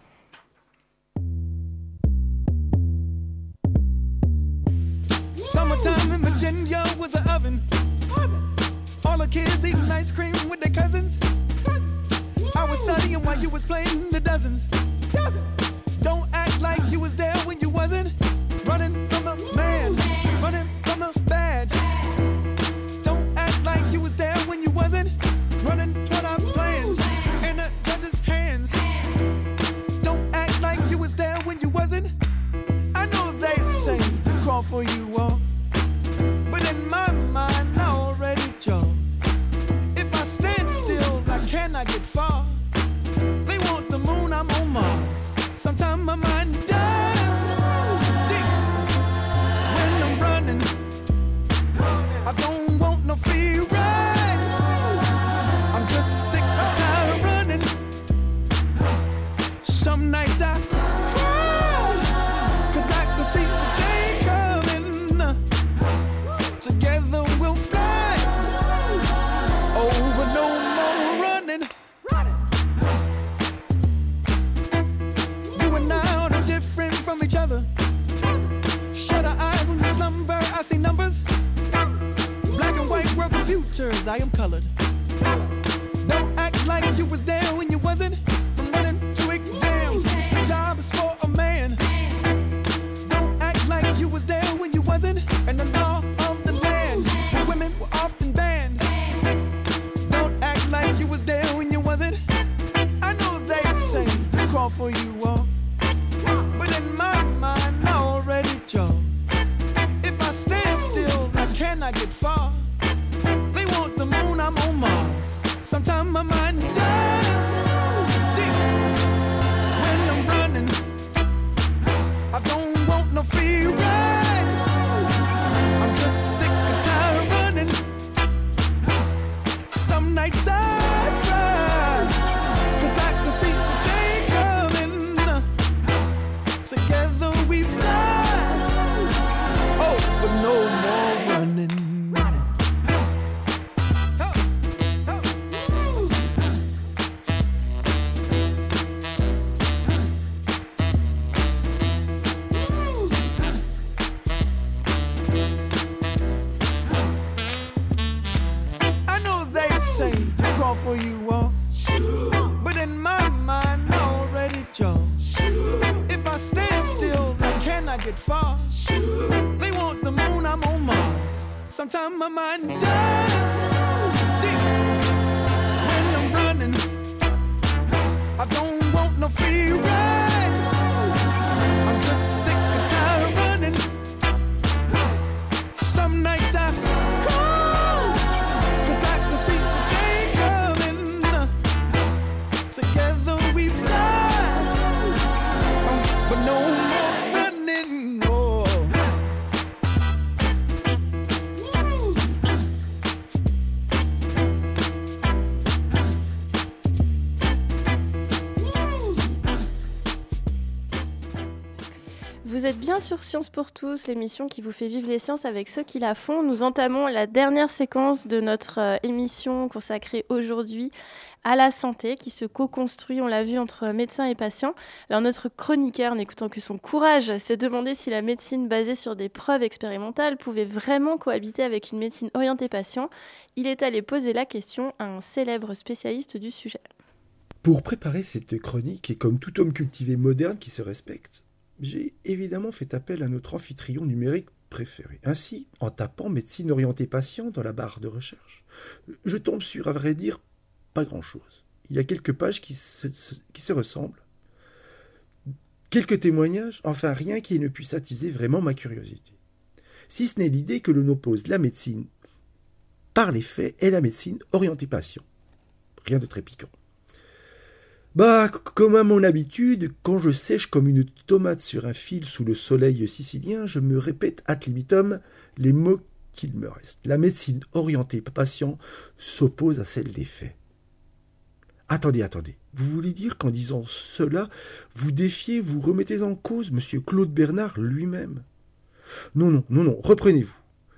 Summertime in Virginia was an oven. All the kids eating ice cream with their cousins. I was studying while you was playing the dozens. Don't act like you was there when you wasn't. Running from the man, running from the badge. Don't act like you was there when you wasn't. Running toward our plans in the judge's hands. Don't act like you was there when you wasn't. I know they say crawl for you all, but in my mind I already jump. If I stand still, I cannot get far. They want the moon, I'm on Mars. Sometimes my mind dies deep when I'm running. I don't want no free ride. I'm just sick and tired of running. Some nights I cry, 'cause I can see the day coming. Together we'll fly. Oh, but no more running. You and I are different from each other. Shut our eyes when you slumber, I see numbers. Black and white world computers, I am colored. Don't act like you was there when you wasn't. From running to exams, the job is for a man. Don't act like you was there when you wasn't. And the law of the land, the women were often banned. Don't act like you was there when you wasn't. I know they say crawl for you all, but in my mind I already jump. If I stand still, I cannot get far. They want the moon, I'm on Mars. Sometimes my mind dies deep when I'm running. I don't want no free ride. I'm for you all. But in my mind, I already chose. If I stand still, then can I get far? They want the moon, I'm on Mars. Sometimes my mind dies deep when I'm running. I don't want no free ride. I'm just sick and tired of running. Some nights I cry, 'cause I can see the day coming. Together we fly, oh, but no more running, no. Vous êtes bien sur Science pour tous, l'émission qui vous fait vivre les sciences avec ceux qui la font. Nous entamons la dernière séquence de notre euh, émission consacrée aujourd'hui à la santé, qui se co-construit, on l'a vu, entre médecins et patients. Alors notre chroniqueur, n'écoutant que son courage, s'est demandé si la médecine basée sur des preuves expérimentales pouvait vraiment cohabiter avec une médecine orientée patient. Il est allé poser la question à un célèbre spécialiste du sujet. Pour préparer cette chronique, et comme tout homme cultivé moderne qui se respecte, j'ai évidemment fait appel à notre amphitryon numérique préféré. Ainsi, en tapant « médecine orientée patient » dans la barre de recherche, je tombe sur, à vrai dire, pas grand-chose. Il y a quelques pages qui se, qui se ressemblent, quelques témoignages, enfin rien qui ne puisse attiser vraiment ma curiosité. Si ce n'est l'idée que l'on oppose la médecine par les faits et la médecine orientée patient. Rien de très piquant. Bah, comme à mon habitude, quand je sèche comme une tomate sur un fil sous le soleil sicilien, je me répète ad libitum les mots qu'il me reste. La médecine orientée patient s'oppose à celle des faits. Attendez, attendez. Vous voulez dire qu'en disant cela, vous défiez, vous remettez en cause M. Claude Bernard lui-même? Non, non, non, non, reprenez-vous.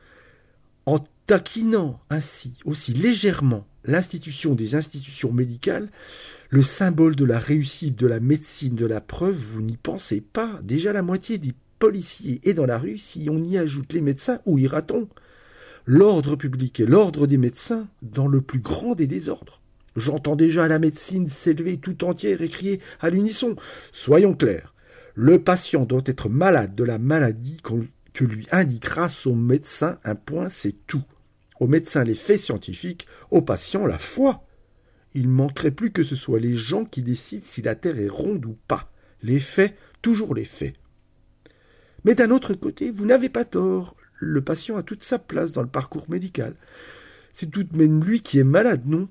En taquinant ainsi aussi légèrement l'institution des institutions médicales, le symbole de la réussite de la médecine de la preuve, vous n'y pensez pas. Déjà la moitié des policiers est dans la rue, si on y ajoute les médecins, où ira-t-on? L'ordre public et l'ordre des médecins dans le plus grand des désordres. J'entends déjà la médecine s'élever tout entière et crier à l'unisson. Soyons clairs, le patient doit être malade de la maladie que lui indiquera son médecin, un point, c'est tout. Au médecin les faits scientifiques, au patient la foi. Il ne manquerait plus que ce soit les gens qui décident si la Terre est ronde ou pas. Les faits, toujours les faits. Mais d'un autre côté, vous n'avez pas tort. Le patient a toute sa place dans le parcours médical. C'est tout de même lui qui est malade, non?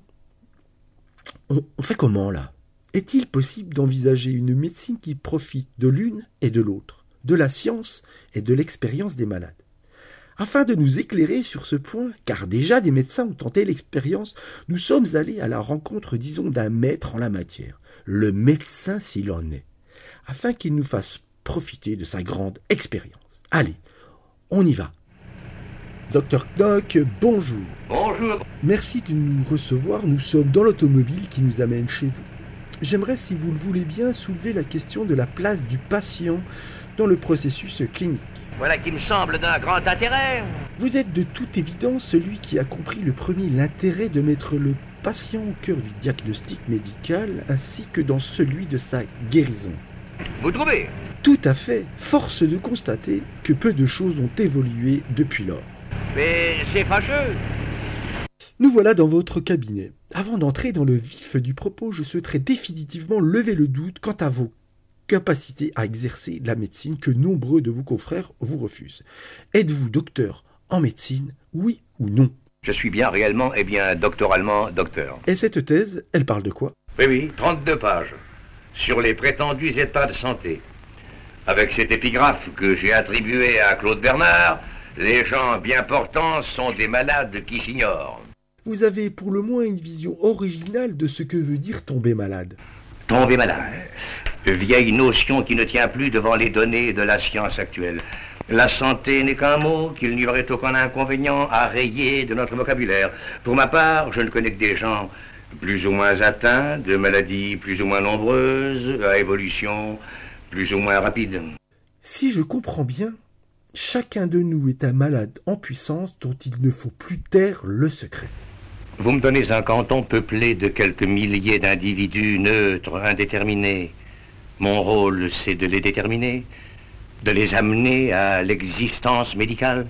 On, on fait comment, là? Est-il possible d'envisager une médecine qui profite de l'une et de l'autre, de la science et de l'expérience des malades? Afin de nous éclairer sur ce point, car déjà des médecins ont tenté l'expérience, nous sommes allés à la rencontre, disons, d'un maître en la matière, le médecin s'il en est, afin qu'il nous fasse profiter de sa grande expérience. Allez, on y va. Docteur Knock, bonjour. Bonjour. Merci de nous recevoir, nous sommes dans l'automobile qui nous amène chez vous. J'aimerais, si vous le voulez bien, soulever la question de la place du patient dans le processus clinique. Voilà qui me semble d'un grand intérêt. Vous êtes de toute évidence celui qui a compris le premier l'intérêt de mettre le patient au cœur du diagnostic médical ainsi que dans celui de sa guérison. Vous trouvez? Tout à fait. Force de constater que peu de choses ont évolué depuis lors. Mais c'est fâcheux. Nous voilà dans votre cabinet. Avant d'entrer dans le vif du propos, je souhaiterais définitivement lever le doute quant à vos capacités à exercer la médecine que nombreux de vos confrères vous refusent. Êtes-vous docteur en médecine, oui ou non? Je suis bien réellement et bien doctoralement docteur. Et cette thèse, elle parle de quoi? Oui, oui, trente-deux pages, sur les prétendus états de santé. Avec cette épigraphe que j'ai attribuée à Claude Bernard, les gens bien portants sont des malades qui s'ignorent. Vous avez pour le moins une vision originale de ce que veut dire tomber malade. Tomber malade. Vieille notion qui ne tient plus devant les données de la science actuelle. La santé n'est qu'un mot qu'il n'y aurait aucun inconvénient à rayer de notre vocabulaire. Pour ma part, je ne connais que des gens plus ou moins atteints de maladies plus ou moins nombreuses, à évolution plus ou moins rapide. Si je comprends bien, chacun de nous est un malade en puissance dont il ne faut plus taire le secret. Vous me donnez un canton peuplé de quelques milliers d'individus neutres, indéterminés. Mon rôle, c'est de les déterminer, de les amener à l'existence médicale.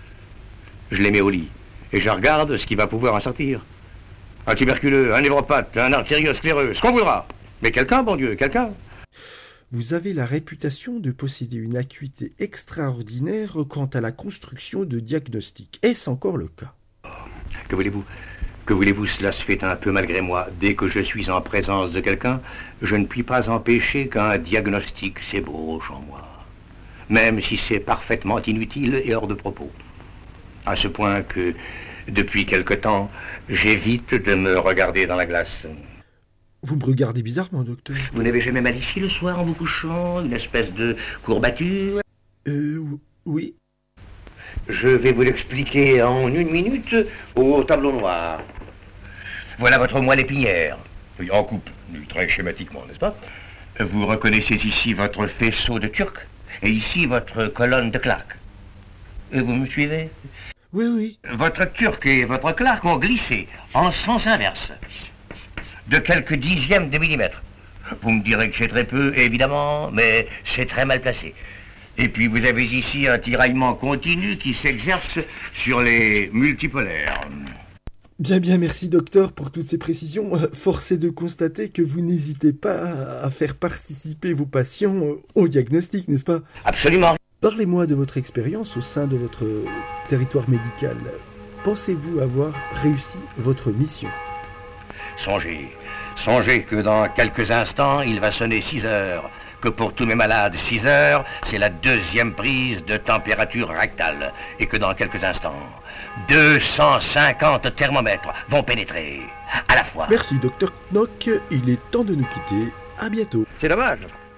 Je les mets au lit et je regarde ce qui va pouvoir en sortir. Un tuberculeux, un névropathe, un artérioscléreux, ce qu'on voudra. Mais quelqu'un, bon Dieu, quelqu'un. Vous avez la réputation de posséder une acuité extraordinaire quant à la construction de diagnostics. Est-ce encore le cas? Que voulez-vous? Que voulez-vous, cela se fait un peu malgré moi. Dès que je suis en présence de quelqu'un, je ne puis pas empêcher qu'un diagnostic s'ébauche en moi. Même si c'est parfaitement inutile et hors de propos. À ce point que, depuis quelque temps, j'évite de me regarder dans la glace. Vous me regardez bizarrement, docteur. Vous n'avez jamais mal ici le soir en vous couchant? Une espèce de courbature? Euh, oui. Je vais vous l'expliquer en une minute au tableau noir. Voilà votre moelle épinière. Oui, en coupe, très schématiquement, n'est-ce pas? Vous reconnaissez ici votre faisceau de Turc et ici votre colonne de Clark. Et vous me suivez? Oui, oui. Votre Turc et votre Clark ont glissé en sens inverse de quelques dixièmes de millimètre. Vous me direz que c'est très peu, évidemment, mais c'est très mal placé. Et puis vous avez ici un tiraillement continu qui s'exerce sur les multipolaires. Bien, bien, merci docteur pour toutes ces précisions. Force est de constater que vous n'hésitez pas à faire participer vos patients au diagnostic, n'est-ce pas? Absolument. Parlez-moi de votre expérience au sein de votre territoire médical. Pensez-vous avoir réussi votre mission? Songez, songez que dans quelques instants, il va sonner six heures. Que pour tous mes malades, six heures, c'est la deuxième prise de température rectale. Et que dans quelques instants, deux cent cinquante thermomètres vont pénétrer à la fois. Merci, docteur Knock. Il est temps de nous quitter. À bientôt. C'est dommage.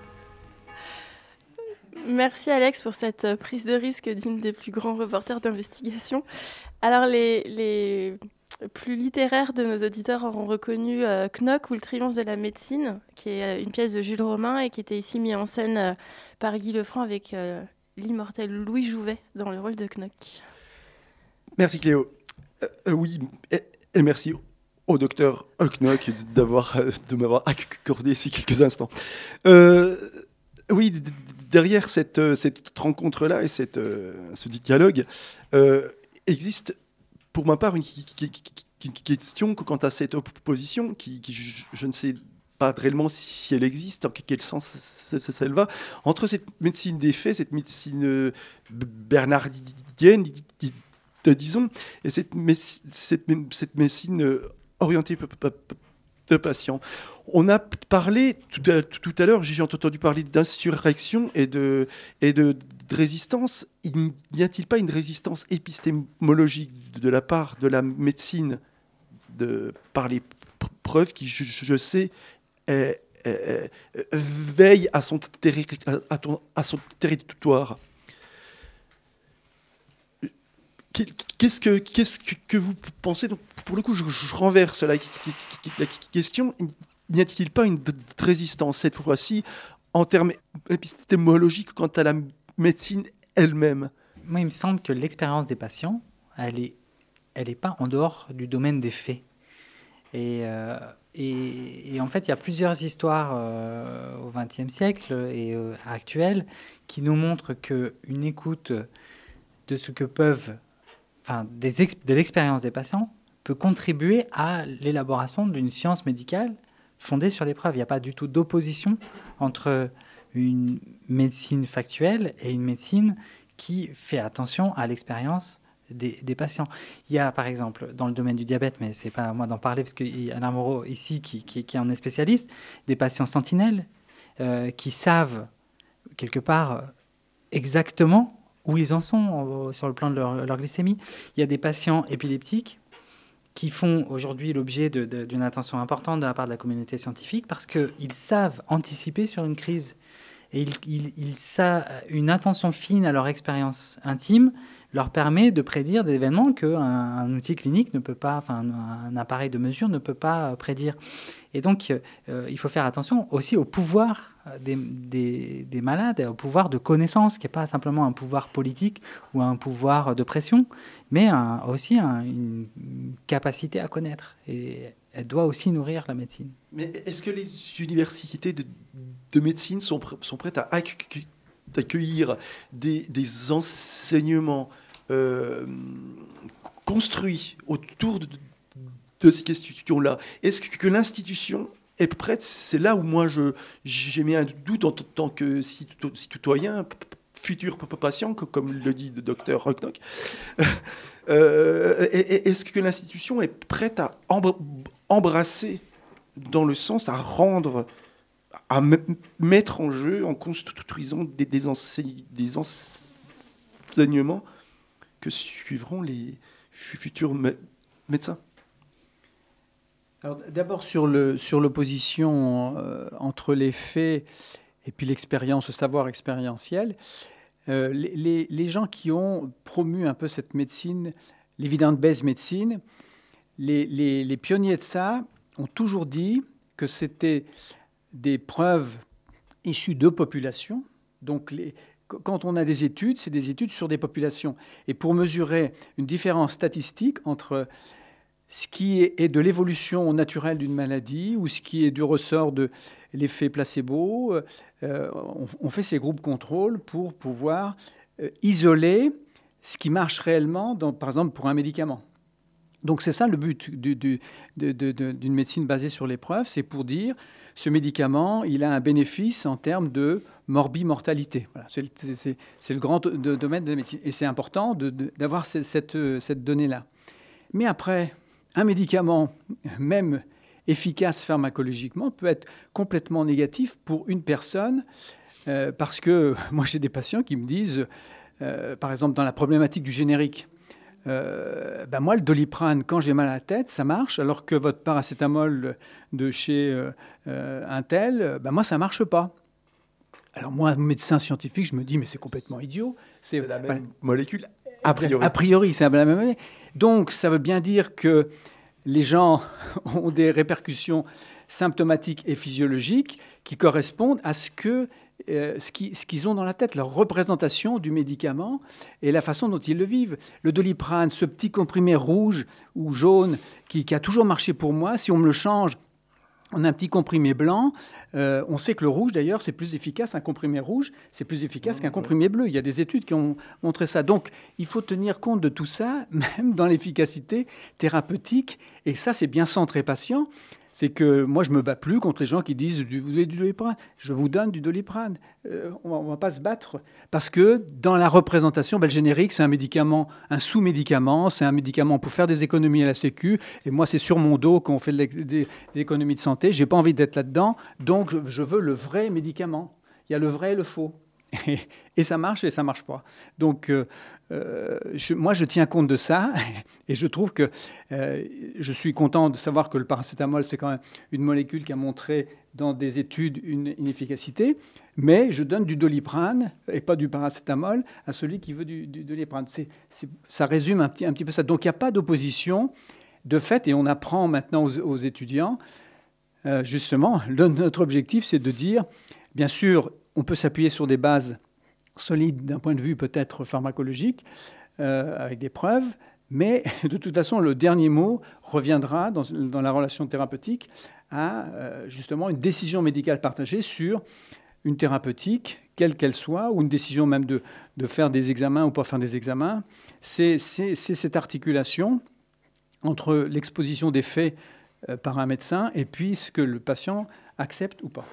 Merci Alex pour cette prise de risque digne des plus grands reporters d'investigation. Alors les, les plus littéraires de nos auditeurs auront reconnu euh, Knock ou le triomphe de la médecine, qui est euh, une pièce de Jules Romain et qui était ici mise en scène euh, par Guy Lefranc avec euh, l'immortel Louis Jouvet dans le rôle de Knock. Merci Cléo. Euh, euh, oui, et, et merci au docteur Knock d'avoir, euh, de m'avoir accordé ces quelques instants. Euh, oui, d- derrière cette, cette rencontre-là et cette, euh, ce dialogue, euh, existe pour ma part une, une question quant à cette opposition qui, qui je, je ne sais pas réellement si elle existe, en quel sens ça, ça, ça elle va, entre cette médecine des faits, cette médecine bernardienne, disons, et cette, cette, cette médecine orientée de patients. On a parlé tout à, tout à l'heure, j'ai entendu parler d'insurrection et de, et de, de résistance. Il n'y a-t-il pas une résistance épistémologique de la part de la médecine, de, par les preuves qui, je, je sais, est, est, est, veille à son, terri, à, ton, à son territoire? Qu'est-ce que, qu'est-ce que vous pensez? Donc, pour le coup, je, je renverse la, la question. N'y a-t-il pas une résistance, cette fois-ci, en termes épistémologiques, quant à la médecine elle-même? Moi, il me semble que l'expérience des patients, elle n'est elle est pas en dehors du domaine des faits. Et, euh, et, et en fait, il y a plusieurs histoires euh, au vingtième siècle et euh, actuelles qui nous montrent qu'une écoute de ce que peuvent... Enfin, des ex- de l'expérience des patients peut contribuer à l'élaboration d'une science médicale fondée sur les preuves. Il n'y a pas du tout d'opposition entre une médecine factuelle et une médecine qui fait attention à l'expérience des, des patients. Il y a, par exemple, dans le domaine du diabète, mais ce n'est pas à moi d'en parler, parce qu'il y a Alain Moreau, ici, qui, qui, qui en est spécialiste, des patients sentinelles euh, qui savent, quelque part, exactement où ils en sont euh, sur le plan de leur, leur glycémie. Il y a des patients épileptiques qui font aujourd'hui l'objet de, de, d'une attention importante de la part de la communauté scientifique parce qu'ils savent anticiper sur une crise. Et il, il, il, ça, une attention fine à leur expérience intime leur permet de prédire des événements qu'un un outil clinique ne peut pas, enfin un, un appareil de mesure ne peut pas prédire. Et donc, euh, il faut faire attention aussi au pouvoir des, des, des malades, au pouvoir de connaissance, qui n'est pas simplement un pouvoir politique ou un pouvoir de pression, mais un, aussi un, une capacité à connaître. Et elle doit aussi nourrir la médecine. Mais est-ce que les universités de, de médecine sont, pr- sont prêtes à accueillir, accueillir des, des enseignements euh, construits autour de, de ces questions-là? Est-ce que, que l'institution est prête? C'est là où moi je, j'ai mis un doute en tant que citoyen, futur patient, comme le dit le docteur Rocknock. Euh, est-ce que l'institution est prête à embrasser dans le sens à rendre, à mettre en jeu en construisant des, des, enseigne, des enseignements que suivront les futurs mé- médecins? Alors, d'abord sur, le, sur l'opposition euh, entre les faits et puis l'expérience, le savoir expérientiel, euh, les, les, les gens qui ont promu un peu cette médecine, l'evidence-based médecine, les, les, les pionniers de ça ont toujours dit que c'était des preuves issues de populations. Donc, les, quand on a des études, c'est des études sur des populations. Et pour mesurer une différence statistique entre ce qui est de l'évolution naturelle d'une maladie ou ce qui est du ressort de l'effet placebo, euh, on, on fait ces groupes contrôles pour pouvoir euh, isoler ce qui marche réellement, dans, par exemple, pour un médicament. Donc c'est ça le but du, du, de, de, de, d'une médecine basée sur les preuves, c'est pour dire ce médicament, il a un bénéfice en termes de morbimortalité. Voilà, c'est, c'est, c'est le grand de, domaine de la médecine. Et c'est important de, de, d'avoir cette, cette, cette donnée-là. Mais après, un médicament, même efficace pharmacologiquement, peut être complètement négatif pour une personne, euh, parce que moi j'ai des patients qui me disent, euh, par exemple dans la problématique du générique, Euh, ben moi, le Doliprane, quand j'ai mal à la tête, ça marche, alors que votre paracétamol de chez euh, euh, Intel, ben moi, ça ne marche pas. Alors moi, médecin scientifique, je me dis, mais c'est complètement idiot. C'est, c'est la même ben, molécule, a priori. A priori, c'est la même molécule. Donc, ça veut bien dire que les gens ont des répercussions symptomatiques et physiologiques qui correspondent à ce que Euh, ce, qui, ce qu'ils ont dans la tête, leur représentation du médicament et la façon dont ils le vivent. Le Doliprane, ce petit comprimé rouge ou jaune qui, qui a toujours marché pour moi, si on me le change en un petit comprimé blanc, euh, on sait que le rouge, d'ailleurs, c'est plus efficace, un comprimé rouge, c'est plus efficace qu'un comprimé bleu. Il y a des études qui ont montré ça. Donc, il faut tenir compte de tout ça, même dans l'efficacité thérapeutique. Et ça, c'est bien centré patient. C'est que moi, je ne me bats plus contre les gens qui disent « vous avez du Doliprane ». Je vous donne du Doliprane. Euh, on ne va pas se battre. Parce que dans la représentation, ben, le générique, c'est un médicament, un sous-médicament. C'est un médicament pour faire des économies à la Sécu. Et moi, c'est sur mon dos qu'on fait des, des, des économies de santé. Je n'ai pas envie d'être là-dedans. Donc, je, je veux le vrai médicament. Il y a le vrai et le faux. Et, et ça marche et ça ne marche pas. Donc, euh, euh, je, moi, je tiens compte de ça et je trouve que euh, je suis content de savoir que le paracétamol, c'est quand même une molécule qui a montré dans des études une inefficacité, mais je donne du Doliprane et pas du paracétamol à celui qui veut du, du Doliprane. C'est, c'est, ça résume un petit, un petit peu ça. Donc, il n'y a pas d'opposition de fait et on apprend maintenant aux, aux étudiants, euh, justement, le, notre objectif, c'est de dire, bien sûr, on peut s'appuyer sur des bases solides d'un point de vue peut-être pharmacologique, euh, avec des preuves, mais de toute façon, le dernier mot reviendra dans, dans la relation thérapeutique à euh, justement une décision médicale partagée sur une thérapeutique, quelle qu'elle soit, ou une décision même de, de faire des examens ou pas faire des examens. C'est, c'est, c'est cette articulation entre l'exposition des faits euh, par un médecin et puis ce que le patient accepte ou pas.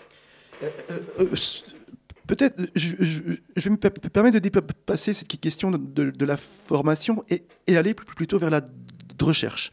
Euh, euh, peut-être, je, je, je vais me permettre de dépasser cette question de, de, de la formation et, et aller plutôt vers la recherche.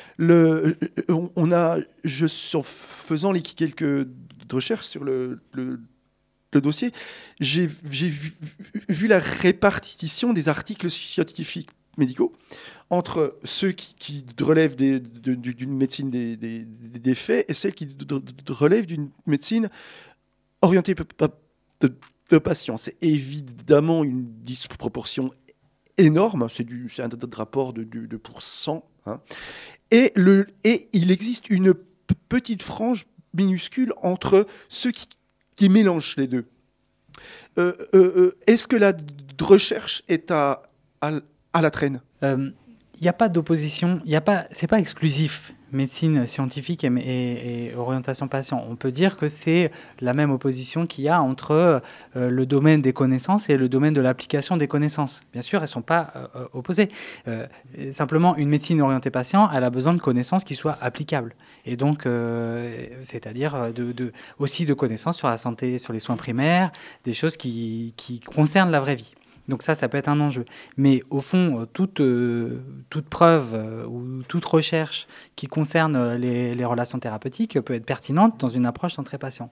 Le, on a, je, en faisant les quelques recherches sur le, le, le dossier, j'ai, j'ai vu, vu la répartition des articles scientifiques médicaux entre ceux qui, qui relèvent des, de, d'une médecine des, des, des faits et celles qui relèvent d'une médecine orienté de, de patients. C'est évidemment une disproportion énorme, c'est, du, c'est un rapport de, de, de pourcent. Hein. Et, le, et il existe une p- petite frange minuscule entre ceux qui, qui mélangent les deux. Euh, euh, est-ce que la recherche est à, à, à la traîne ? Il euh, n'y a pas d'opposition, y a pas, c'est pas exclusif, médecine scientifique et, et, et orientation patient. On peut dire que c'est la même opposition qu'il y a entre euh, le domaine des connaissances et le domaine de l'application des connaissances. Bien sûr, elles ne sont pas euh, opposées. Euh, simplement, une médecine orientée patient, elle a besoin de connaissances qui soient applicables. Et donc, euh, c'est-à-dire de, de, aussi de connaissances sur la santé, sur les soins primaires, des choses qui, qui concernent la vraie vie. Donc ça, ça peut être un enjeu. Mais au fond, toute, euh, toute preuve euh, ou toute recherche qui concerne les, les relations thérapeutiques peut être pertinente dans une approche centrée-patient.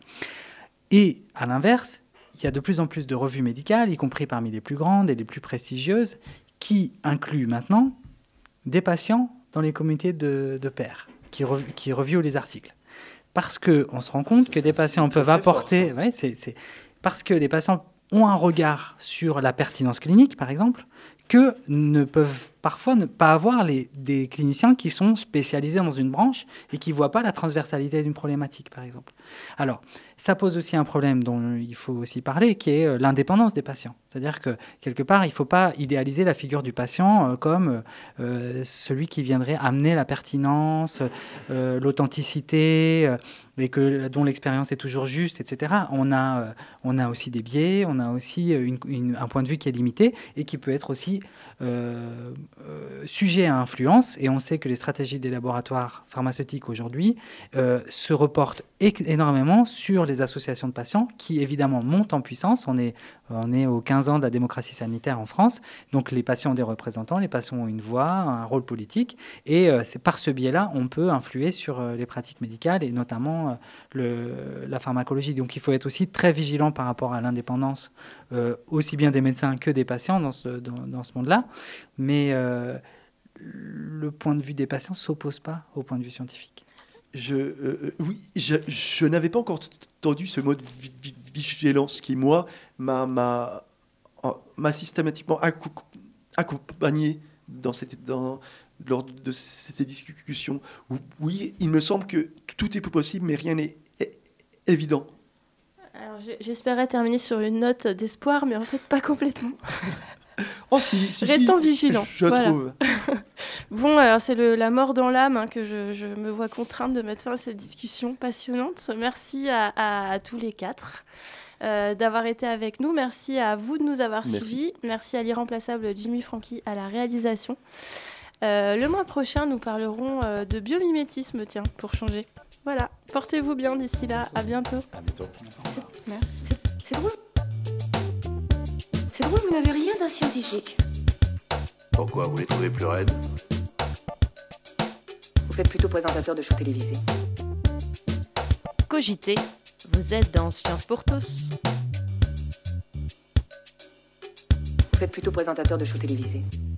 Et à l'inverse, il y a de plus en plus de revues médicales, y compris parmi les plus grandes et les plus prestigieuses, qui incluent maintenant des patients dans les comités de, de pairs, qui, re, qui reviewent les articles. Parce qu'on se rend compte que des patients peuvent apporter... Ouais, c'est, c'est, parce que les patients ont un regard sur la pertinence clinique, par exemple, que ne peuvent parfois ne pas avoir les, des cliniciens qui sont spécialisés dans une branche et qui ne voient pas la transversalité d'une problématique, par exemple. Alors, ça pose aussi un problème dont il faut aussi parler, qui est l'indépendance des patients. C'est-à-dire que, quelque part, il ne faut pas idéaliser la figure du patient comme euh, celui qui viendrait amener la pertinence, euh, l'authenticité, euh, et que, dont l'expérience est toujours juste, et cetera. On a, euh, on a aussi des biais, on a aussi une, une, un point de vue qui est limité et qui peut être aussi euh, euh, sujet à influence. Et on sait que les stratégies des laboratoires pharmaceutiques aujourd'hui euh, se reportent é- énormément sur les associations de patients qui, évidemment, montent en puissance. On est, on est aux quinze ans de la démocratie sanitaire en France. Donc, les patients ont des représentants, les patients ont une voix, un rôle politique. Et euh, c'est par ce biais-là, on peut influer sur euh, les pratiques médicales et notamment euh, le, la pharmacologie. Donc, il faut être aussi très vigilant par rapport à l'indépendance, euh, aussi bien des médecins que des patients dans ce, dans, dans ce monde-là. Mais euh, le point de vue des patients ne s'oppose pas au point de vue scientifique. Je, euh, oui, je, je n'avais pas encore entendu ce mot de vi- vi- vigilance qui, moi, m'a, m'a, m'a systématiquement accompagné dans cette, dans, lors de ces discussions. Oui, il me semble que tout est possible, mais rien n'est évident. Alors, j'espérais terminer sur une note d'espoir, mais en fait, pas complètement. Oh, si, si, Restons si, vigilants. Je voilà. trouve. Bon, alors c'est le, la mort dans l'âme hein, que je, je me vois contrainte de mettre fin à cette discussion passionnante. Merci à, à, à tous les quatre euh, d'avoir été avec nous. Merci à vous de nous avoir Merci. suivis. Merci à l'irremplaçable Jimmy Franky à la réalisation. Euh, le mois prochain, nous parlerons euh, de biomimétisme, tiens, pour changer. Voilà, portez-vous bien d'ici là. À bientôt. À bientôt. Merci. C'est, c'est drôle. C'est drôle, vous n'avez rien d'un scientifique. Pourquoi vous les trouvez plus raides? Vous faites plutôt présentateur de show télévisé. Cogitez, vous êtes dans Science pour tous. Vous faites plutôt présentateur de show télévisé.